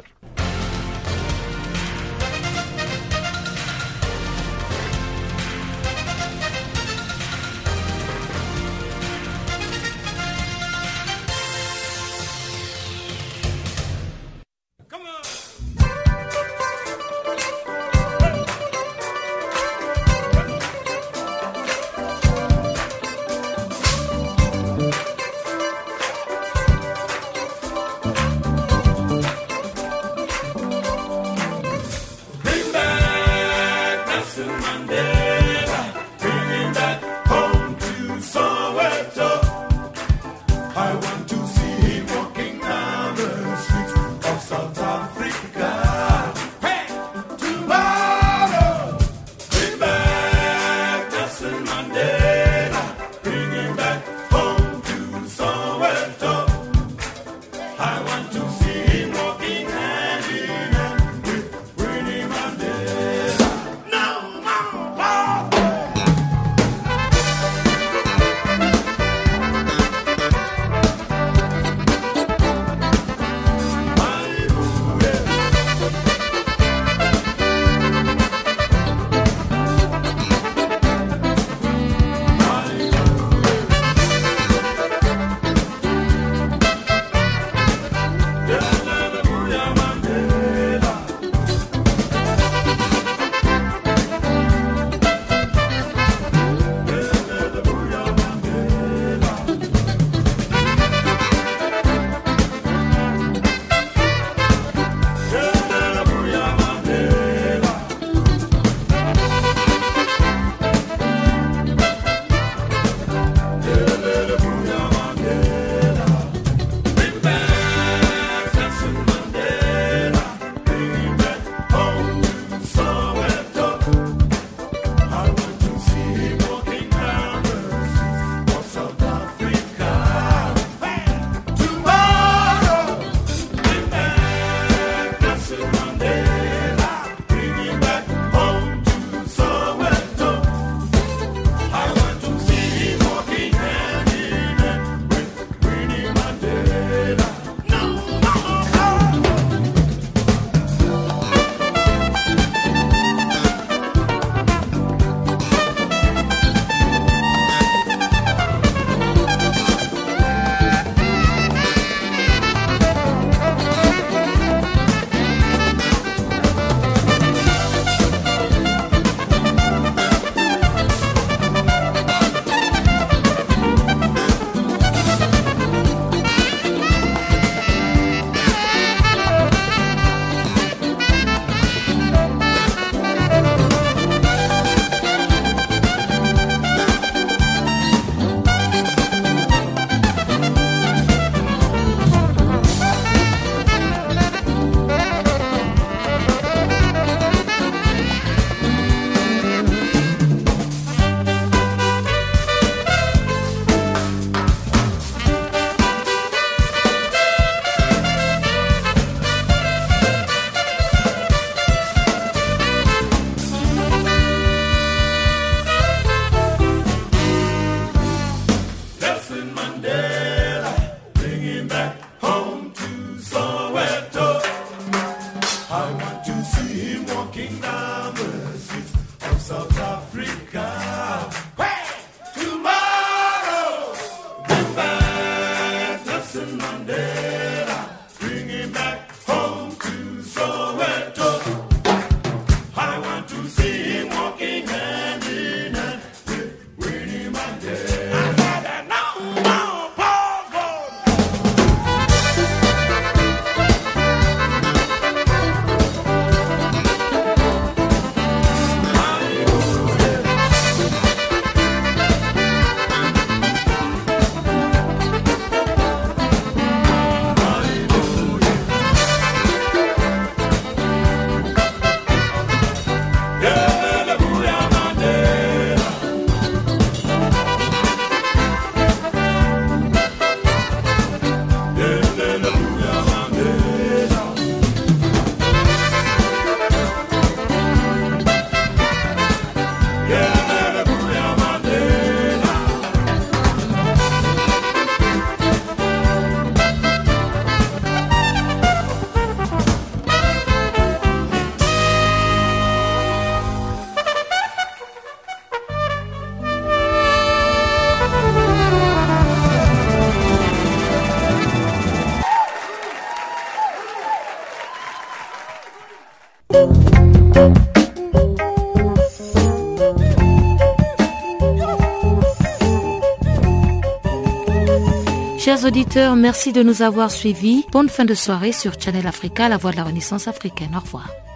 Chers auditeurs, merci de nous avoir suivis. Bonne fin de soirée sur Channel Africa, la voix de la Renaissance africaine. Au revoir.